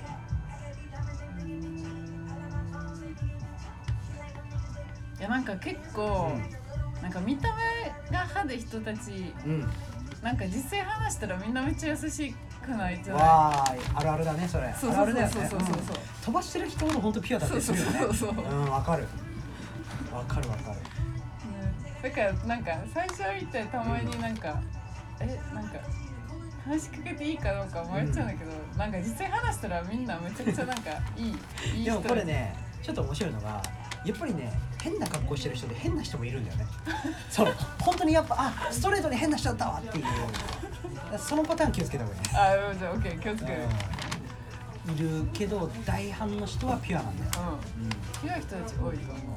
いやなんか結構、うん、なんか見た目が派手人たち、うん、なんか実際話したらみんなめっちゃ優しくないじゃない。 わー、あるあるだねそれ。 そうそうそうそうあるあるだよね。 そうそうそうそう、うん、 飛ばしてる人ほど本当ピュアだったりするよね。 そうそうそうそう、 うん、わかるわかるわかる、 ね、だからなんか最初見てたまになんか、うん、えなんか話しかけていいかどうか迷っちゃうんだけど、うん、なんか実際話したらみんなめちゃくちゃなんかいいいい人。 でもこれねちょっと面白いのがやっぱりね、変な格好してる人で変な人もいるんだよね。そう本当にやっぱあストレートに変な人だったわっていうそのパターン気をつけた方がいいね。 あじゃあ OK 気をつける、 うん、いるけど大半の人はピュアなんだよ、 うんうん、ピュア人たち多いと思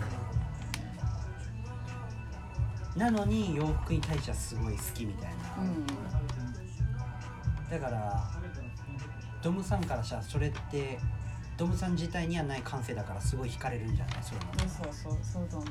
う。なのに洋服に対してはすごい好きみたいな、うん、だからドムさんからしたらそれってドムさん自体にはない感性だからすごい惹かれるんじゃない？そういうの。 そうそうそうと思う、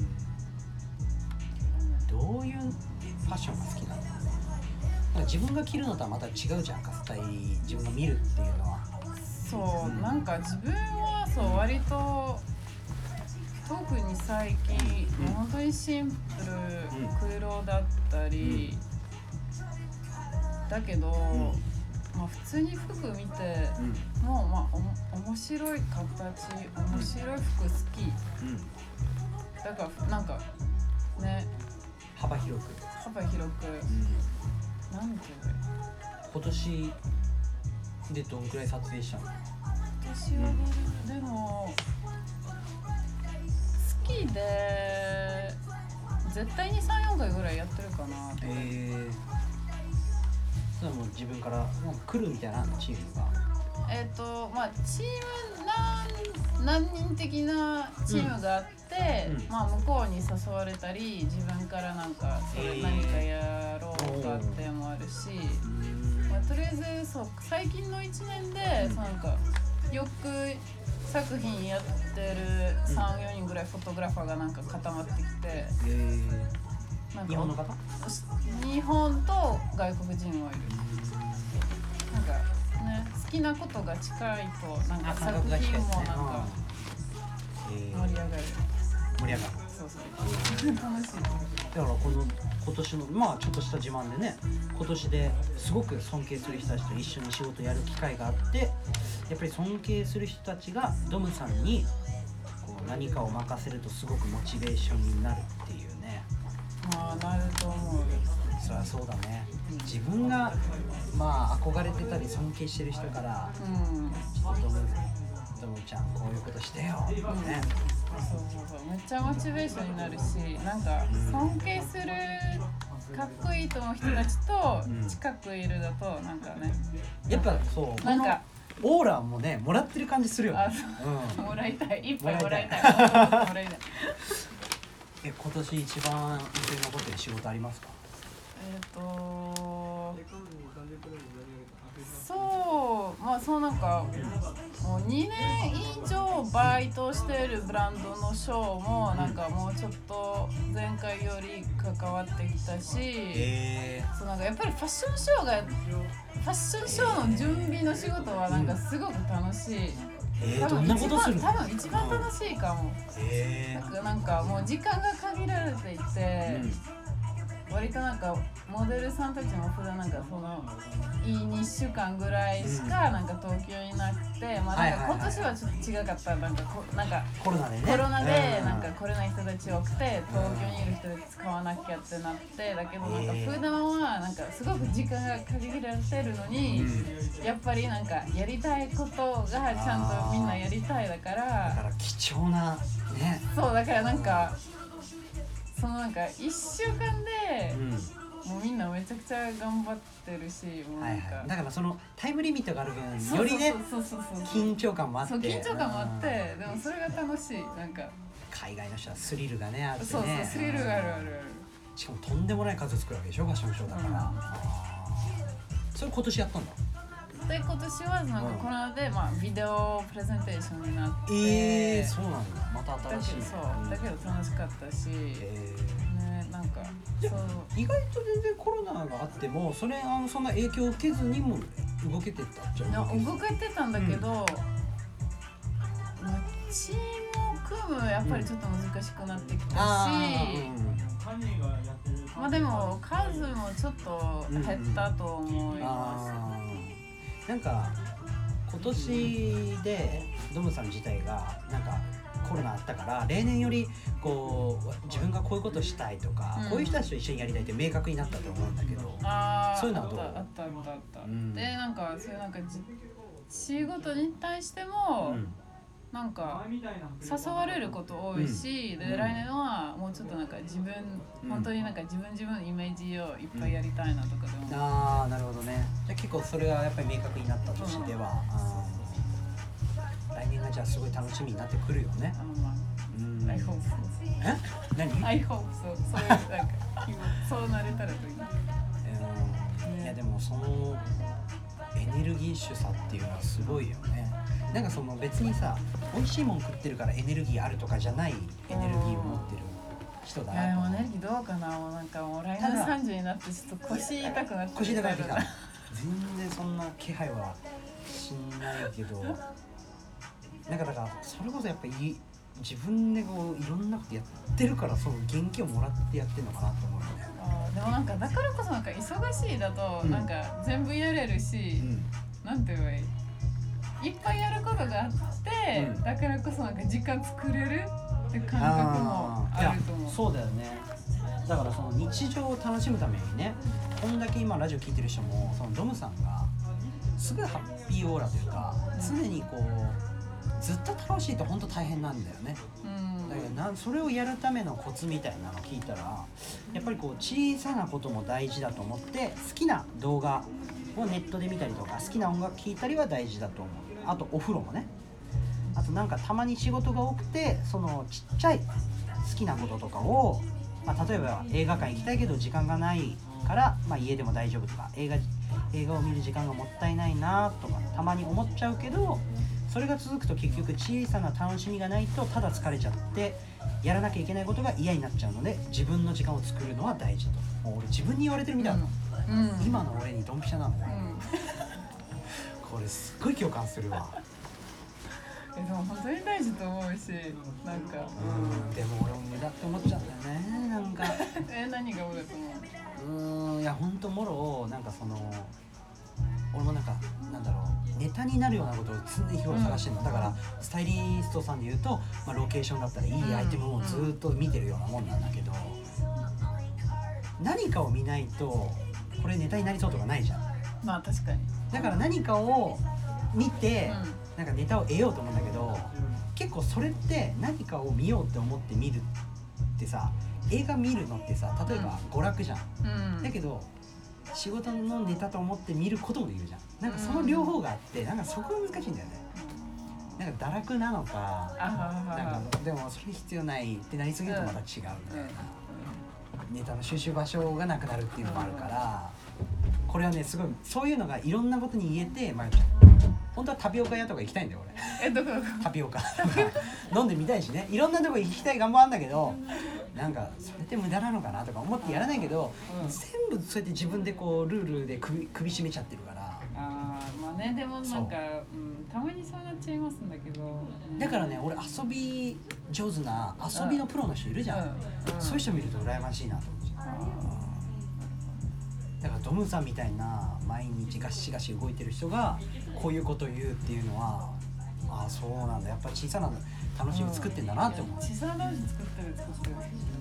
うん、どういうファッションが好きなの？なんか自分が着るのとはまた違うじゃんか、スタイル自分が見るっていうのは。 そう、うん、なんか自分はそう割と特に最近、うん、本当にシンプル、うん、黒だったり、うん、だけど、うんまあ、普通に服見て、うん、もう、まあ、お面白い形面白い服好き、うん、だからなんかね幅広く幅広く、うん、なんていうの今年でどんくらい撮影したの？ 今年は、うん、でも好きで絶対に さん,よん 回ぐらいやってるかな。 へーそれはもう自分からなんか来るみたいなチームがえっ、ー、とまあチーム何何人的なチームがあって、うんうん、まあ向こうに誘われたり自分からなんかそれ何かやろうかってもあるし、まあ、とりあえずそう最近のいちねんで、うん、そのなんかよく作品やってる さん,よ 人ぐらいフォトグラファーがなんか固まってきて、 なんか日本の方？ 日本と外国人はいる。なんかね好きなことが近いとなんか作品もなんか盛り上がる。 盛り上がる。 そうそう楽しい。 だからこの今年のまあちょっとした自慢でね、今年ですごく尊敬する人たちと一緒に仕事やる機会があって、やっぱり尊敬する人たちがドムさんにこう何かを任せるとすごくモチベーションになるっていうね。 まあなると思う。 そりゃそうだね。自分がまあ憧れてたり尊敬してる人から、うん、ちょっとドムドムちゃんこういうことしてよってね。うんそうそうそうめっちゃモチベーションになるし、なんか尊敬するかっこいいと思う人たちと近くいるだとなんかね、 やっぱそうなんかオーラもねもらってる感じするよね。 あそう、うん、もらいたいいっぱいもらいたいもらいたいえ今年一番印象に残ってる仕事ありますか？ えっとそうまあそうなんかもうにねん以上バイトしてるブランドのショーもなんかもうちょっと前回より関わってきたし、 えそうなんかやっぱりファッションショーがファッションショーの準備の仕事はなんかすごく楽しい。 えー、どんなことするの？ 多分一番楽しいかも。 えー、 なんかなんかもう時間が限られていて、うん、割となんかモデルさんたちも普段なんかそのいいにしゅうかんぐらいしかなんか東京になくて、まあなんか今年はちょっと違かった。なんかこなんかコロナでね。 コロナでなんか来れない人たち多くて東京にいる人で使わなきゃってなって、だけどなんか普段はなんかすごく時間が限られてるのに、やっぱりなんかやりたいことがちゃんとみんなやりたいだから。 だから貴重なね。 そうだからなんかそのなんかいっしゅうかんで、うん、もうみんなめちゃくちゃ頑張ってるし、もうなんか、はいはい、 だからそのタイムリミットがある分よりね緊張感もあって、 そう緊張感もあって、でもそれが楽しい。なんか海外の人はスリルがねあってね。 そうそうスリルがあるある。 しかもとんでもない数作るわけでしょ、ファッションショーだから、うん、それ今年やったんだ。 で今年はなんかこの間で、まあ、ビデオプレゼンテーションになって、 えー、そうなんだ。また新しい。 だけどそう、うん、だけど楽しかったし、えー、ねなんかそう意外と全然コロナがあってもそれあのそんな影響を受けずにも動けてたじゃん。 動けてたんだけど、うん、チームを組むやっぱりちょっと難しくなってきたし、まあでも数もちょっと減ったと思います、 うん、なんか今年でドムさん自体がなんかコロナあったから例年よりこう自分がこういうことしたいとか、うん、こういう人たちと一緒にやりたいって明確になったと思うんだけど、 あそういうのはどう？ あったあったあったあった、うん、でなんかそういうなんか仕事に対しても、うんなんか誘われること多いし、うん、で来年はもうちょっとなんか自分、うん、本当になんか自分自分のイメージをいっぱいやりたいなとかでも、 うん、ああなるほどね。じゃあ結構それがやっぱり明確になったとしては、うん、来年がじゃあすごい楽しみになってくるよね。 あまあ、うん、I hope so。 え？何？ I hope so。 そういうなんかそうなれたらといい、 うんね、いやでもそのエネルギッシュさっていうのはすごいよね。なんかその別にさ美味しいもん食ってるからエネルギーあるとかじゃないエネルギーを持ってる人だなと。いやもうエネルギーどうかな。もうなんかもう来年さんじゅうになってちょっと腰痛くなって腰痛くなってきた。全然そんな気配はしないけど、なんかだからそれこそやっぱり自分でこういろんなことやってるからその元気をもらってやってるのかなと思うよね。 あでもなんかだからこそなんか忙しいだとなんか全部やれるし、うん、なんて言えばいいいっぱいやることがあって、うん、だからこそなんか時間作れるって感覚もあると思う。 そうだよね。だからその日常を楽しむためにね、こんだけ今ラジオ聞いてる人もそのドムさんがすごいハッピーオーラというか、常にこうずっと楽しいと本当大変なんだよね。うん、だけどなそれをやるためのコツみたいなの聞いたら、やっぱりこう小さなことも大事だと思って、好きな動画をネットで見たりとか、好きな音楽聴いたりは大事だと思う。あとお風呂もね。あとなんかたまに仕事が多くてそのちっちゃい好きなこととかを、まあ、例えば映画館行きたいけど時間がないから、まあ、家でも大丈夫とか、映画映画を見る時間がもったいないなとかたまに思っちゃうけど、それが続くと結局小さな楽しみがないとただ疲れちゃってやらなきゃいけないことが嫌になっちゃうので、自分の時間を作るのは大事と。もう俺自分に言われてるみたいなの、うん、今の俺にドンピシャなのね、うん、これすっごい共感するわ。 えでも本当に大事と思うし、なんかうんでも俺も無駄って思っちゃうんだよね。なんかえ何が無駄と思う？うーんいや本当もろなんかその俺もなんかなんだろうネタになるようなことを常に日頃探してるの、うん、だからスタイリストさんで言うと、まあ、ロケーションだったらいいアイテムをずっと見てるようなもんなんだけど、うん、何かを見ないとこれネタになりそうとかないじゃん。 まあ確かに。 だから何かを見て、うんなんかネタを得ようと思うんだけど、結構それって何かを見ようって思って見るってさ、映画見るのってさ例えば娯楽じゃん、うん、だけど仕事のネタと思って見ることもできるじゃん。なんかその両方があってなんかそこが難しいんだよね。なんか堕落なのか、なんかでもそれ必要ないってなりすぎるとまた違うみたいな、ネタの収集場所がなくなるっていうのもあるから、 これはねすごいそういうのがいろんなことに言えてまゆちゃん本当はタピオカ屋とか行きたいんだよ俺。 えどこどこタピオカ飲んでみたいしねいろんなとこ行きたい願望あるんだけどなんかそれって無駄なのかなとか思ってやらないけど、うん、全部そうやって自分でこうルールで首首絞めちゃってるから。 あーまあねでもなんかう、うん、たまにそうなっちゃいますんだけど、 うん、だからね俺遊び上手な遊びのプロの人いるじゃん、うんうん、そういう人見ると羨ましいなと思ってだからドムさんみたいな毎日ガシガシ動いてる人がこういうことを言うっていうのはああそうなんだやっぱり小さな楽しみ作ってんだなって思う、 うん、小さな楽しみ作ってる作ってる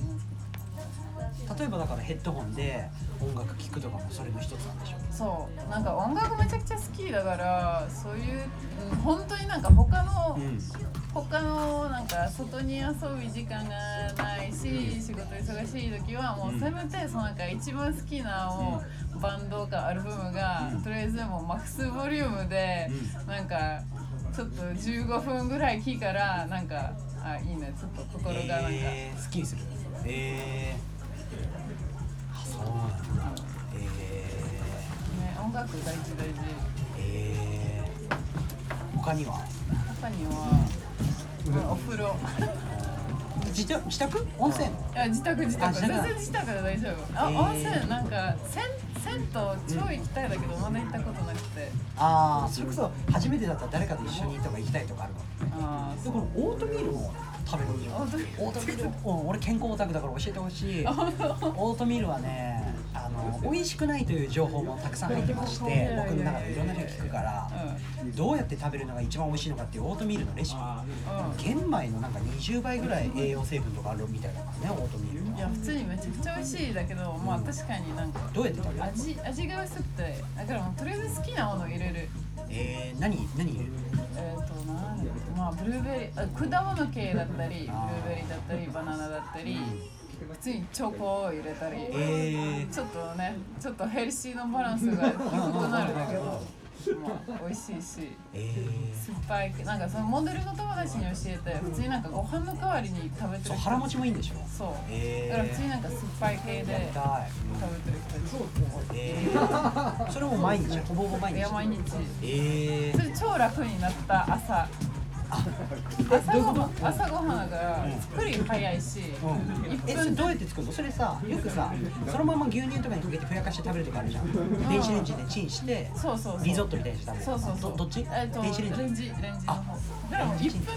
例えばだからヘッドホンで音楽聴くとかもそれの一つなんでしょう。 そうなんか音楽めちゃくちゃ好きだからそういう、うん、本当になんか他の、うん、他のなんか外に遊ぶ時間がないし、うん、仕事忙しい時はもうせめてそのなんか一番好きなもう、うん、バンドかアルバムが、うん、とりあえずもうマックスボリュームで、うん、なんかちょっとじゅうごふんぐらい聴いたらなんかあいいねちょっと心がなんか、 えー、スッキリする。えーそうなんだ。えー、 ね、音楽大事大事。 えー、他には？ 他には、うん、お風呂。 自宅？自宅？温泉？いや自宅自宅。全然自宅で大丈夫。あ、えー、温泉なんか銭銭湯超行きたいだけど、うん、まだ行ったことなくて。 ああ、それこそ初めてだったら誰かと一緒にとか行きたいとかあるかもね。ああ、でこのオートミールも食べるんじゃん。オートミール、うん、俺健康オタクだから教えてほしい。オートミールはね、あの美味しくないという情報もたくさん入ってまして、僕の中でいろんな人聞くから、うん、どうやって食べるのが一番美味しいのかっていうオートミールのレシピ。うん、玄米のなんかにじゅうばいぐらい栄養成分とかあるみたいだからね、オートミールは。 いや普通にめちゃくちゃ美味しいだけど、まあ確かになんかどうやって食べる？ 味味が薄くて、だからもうとりあえず好きなものを入れる。 えー、何何入れる？ えっとなんだろう、まあブルーベリー、あ果物系だったり、ブルーベリーだったり、バナナだったり、普通にチョコを入れたり、えー、ちょっとね、ちょっとヘルシーのバランスが低くなるんだけど。まあ、美味しいし、えー、酸っぱいなんかそのモデルの友達に教えて普通になんかご飯の代わりに食べてる人、 そう腹持ちもいいんでしょ。 そう、えー、だから普通になんか酸っぱい系で食べてる人たち、 えー、それも毎日ほぼほぼ毎日。 いや毎日、 えー、 それ超楽になった朝。朝ごはん朝ごはんだから作り早いし、うん、 えそれどうやって作るの？それさよくさそのまま牛乳とかにかけてふやかして食べるとかあるじゃん、うん、電子レンジでチンしてそうそうそうリゾットみたいにして食べる。 そうそうそうど, どっち？ えっと、 電子レンジレンジレンジの方だからもういっぷんで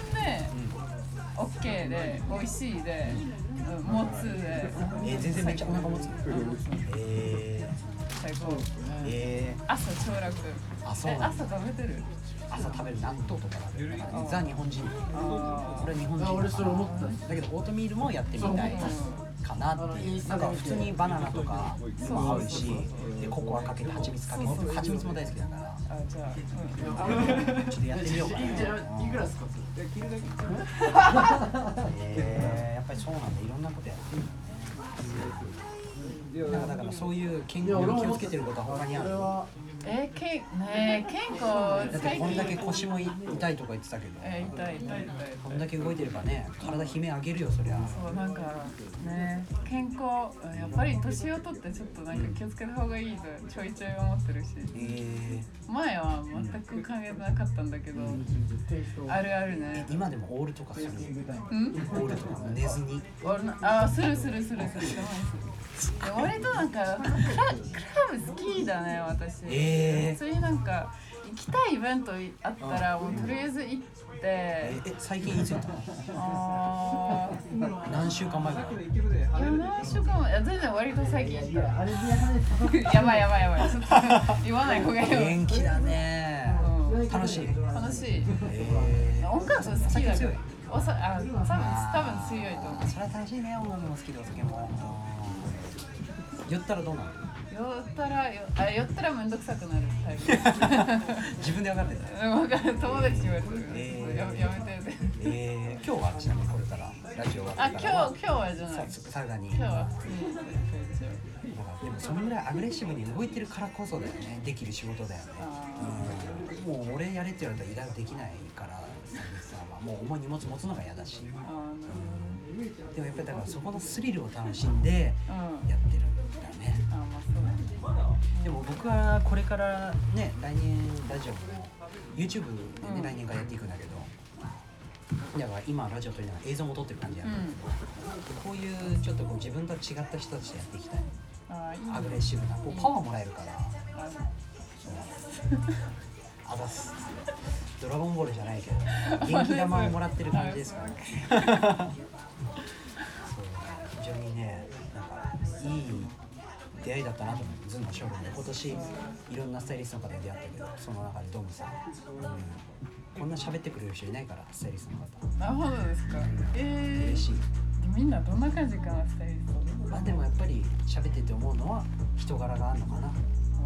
OK で美味しいで、うん、もつで、 えー、全然めっちゃお腹持つ。えー、最高。 えー、 朝超楽。 あそう。 朝食べてる？ 朝食べる納豆とか食べるからザ日本人。これ日本人。俺それ思った。だけどオートミールもやってみたいかなっていう。なんか普通にバナナとかも合うし、でココアかけて蜂蜜かけて、蜂蜜も大好きだから。 あじゃあ、 ちょっとやってみようかな。いくらですか？ええやっぱりそうなんだ。いろんなことやってる。なんかだからそういう健康に気をつけてることは他にある？ えー、けね健康だってこんだけ腰も痛いとか言ってたけど、 えー、痛い痛い痛いこんだけ動いてればね体悲鳴上げるよそりゃ。 そうなんかね健康やっぱり年を取ってちょっとなんか気をつけた方がいいとちょいちょい思ってるし、えー、前は全く考えてなかったんだけど、うん、あるあるね。 今でもオールとかする？うん？オールとか寝ずにオールなあするするするする割となんかクラ、クラブ好きだね私、えー、普通になんか行きたいイベントあったらもうとりあえず行って、 えー、最近いつ行ったの？あ何週間前ぐらい？ いや何週間前、いや全然割と最近行ったやばいやばいやばいちょっと言わない方がいいよ。 元気だね、うん、楽しい楽しい、えー、音楽好きだからおさあ多分多分強いと思う。 それは楽しいね。音楽も好きでお酒も酔ったらどうなる？ 酔ったらよあ酔ったらめんどくさくなるタイプ。 自分で分かってた。 分かる。友達に言われてる。えー、や, やめてて。 えー、今日はちなみにこれからラジオは。 あ今日今日はじゃない。 さらに。 今日は普通に。 でもそのぐらいアグレッシブに動いてるからこそだよね。できる仕事だよね。うん、もう俺やれって言われたらいらできないからサービスさんはもう重い荷物持つのが嫌だし。うん、でもやっぱりだからそこのスリルを楽しんでやってるんだね。 あまあそうだね。 でも僕はこれからね来年ラジオも YouTube でね、うん、来年からやっていくんだけど、だから今ラジオ撮りながら映像も撮ってる感じやん、うん、こういうちょっとこう自分と違った人たちでやっていきたい。あいい、ね、アグレッシブなこうパワーもらえるから、ああざすドラゴンボールじゃないけど元気玉をもらってる感じですからねそう非常にねなんかいい出会いだったなと思って、ズンのショールームで今年いろんなスタイリストの方に出会ったけど、その中でドムさん、うん、こんな喋ってくれる人いないから、スタイリストの方。 あ、そうですか。えー、 嬉しい。 みんなどんな感じかな、スタイリスト。 まあでもやっぱり喋ってて思うのは人柄があるのかな、うん、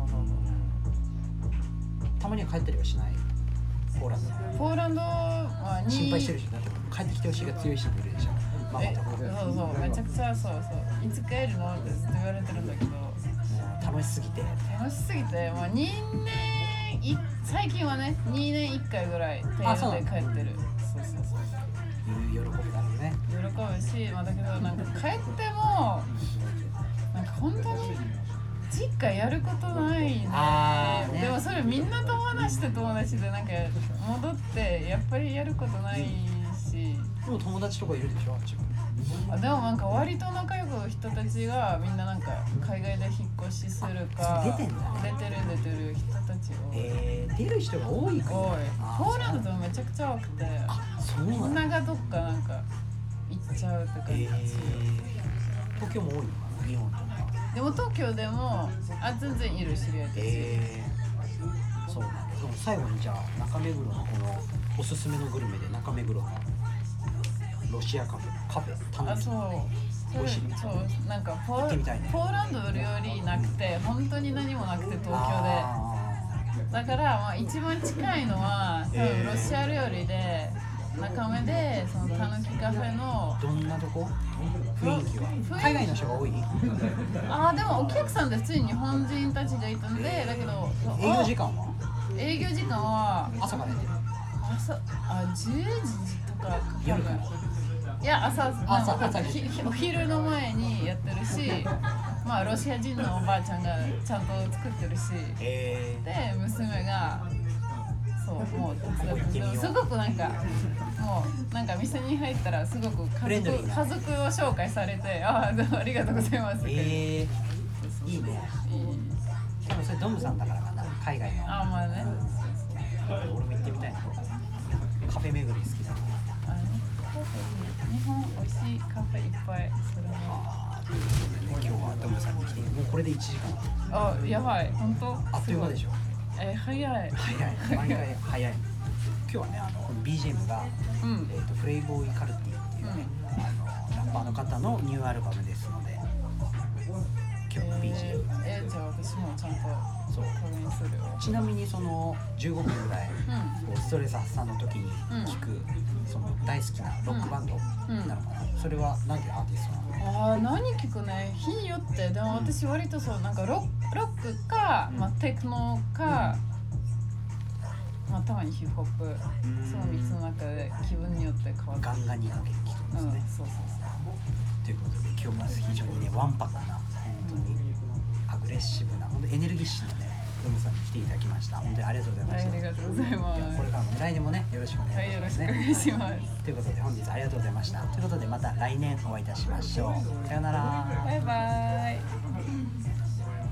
たまには帰ったりはしない。ポーランドポーランドはに心配してる人だって帰ってきてほしいが強い人もいるでしょ。ママとかそうそうめちゃくちゃそうそういつ帰るのってずっと言われてるんだけど、 楽しすぎて楽しすぎて、まあ、にねんい最近はねにねんいっかいぐらいテールで帰ってる。そうそうそう喜ぶだろうね。 喜ぶし、まあ、だけどなんか帰ってもなんか本当に実家やることない ね, あね。 でもそれみんな友達と友達でなんか戻ってやっぱりやることないし、 でも友達とかいるでしょ、あっちも。 あでもなんか割と仲良く人たちがみんななんか海外で引っ越しするか出てんだ、ね、 出てる出てる人たちを、 えー、出る人が多いか多い。ポーランドとめちゃくちゃ多くて、 あそうなんだ、 みんながどっかなんか行っちゃうって感じ、えー、 東京も多いのかな、日本とか。 でも東京でもあ全然いる知り合いたち、 えー、そうなんだ。でも最後にじゃあ中目黒のこのおすすめのグルメで中目黒のロシアカフェカフェタヌキ、 あそう美味しい。 そうなんかポー、 行ってみたいね。 ポーランド料理なくて本当に何もなくて東京でだから、まあ、一番近いのは多分ロシア料理で中目でそのたぬきカフェのどんなとこ雰囲気は海外の人が多い。 あでもお客さんで普通に日本人たちがいたんで、だけど営業時間は営業時間は朝からやってる。 朝あじゅうじとか夜からいや朝朝朝お昼の前にやってるしまあロシア人のおばあちゃんがちゃんと作ってるし、 えー、 で娘がそうもう手伝ってる。すごくなんかもうなんか店に入ったらすごく家族家族を紹介されて、ああありがとうございます。 えー、いいね。 いい。 でもそれドムさんだからかな、海外の。 あまあね。 俺も行ってみたいな。カフェ巡り好きだ。 あね、日本美味しいカフェいっぱいそれも。 今日はドムさんに来て、もうこれでいちじかん。 あやばい本当。 あっという間でしょ。 え早い。 早い。毎回早い。今日はねあのこの ビージーエム が、うん、えっとプレイボーイカルティっていうね、うん、あのラッパーの方のニューアルバムですので、今日の ビージーエム がね。 えー、えー、じゃあ私もちゃんとそう確認する。 ちなみにそのじゅうごふんぐらい、うん、こうストレス発散の時に聴く、うん、その大好きなロックバンドなのかな、うん、それは何ていうアーティストなの？ ああ何聞くね日によって。でも私割とそうなんかロッ ク, ロックか、まあ、テクノか、うん、まあたまにヒップホップ、そのみっつの中で気分によって変わってガンガンにかけて聞くんですね、うん、 そうそうそうということで今日は非常にねわんぱくな本当にアグレッシブな本当エネルギッシュなねドムさんに来ていただきました。本当にありがとうございました。 ありがとうございます。 これからも来年もねよろしくお願いしますね。 はい、よろしくお願いします。 ということで本日ありがとうございました。ということでまた来年お会いいたしましょう。さようなら。 バイバイ。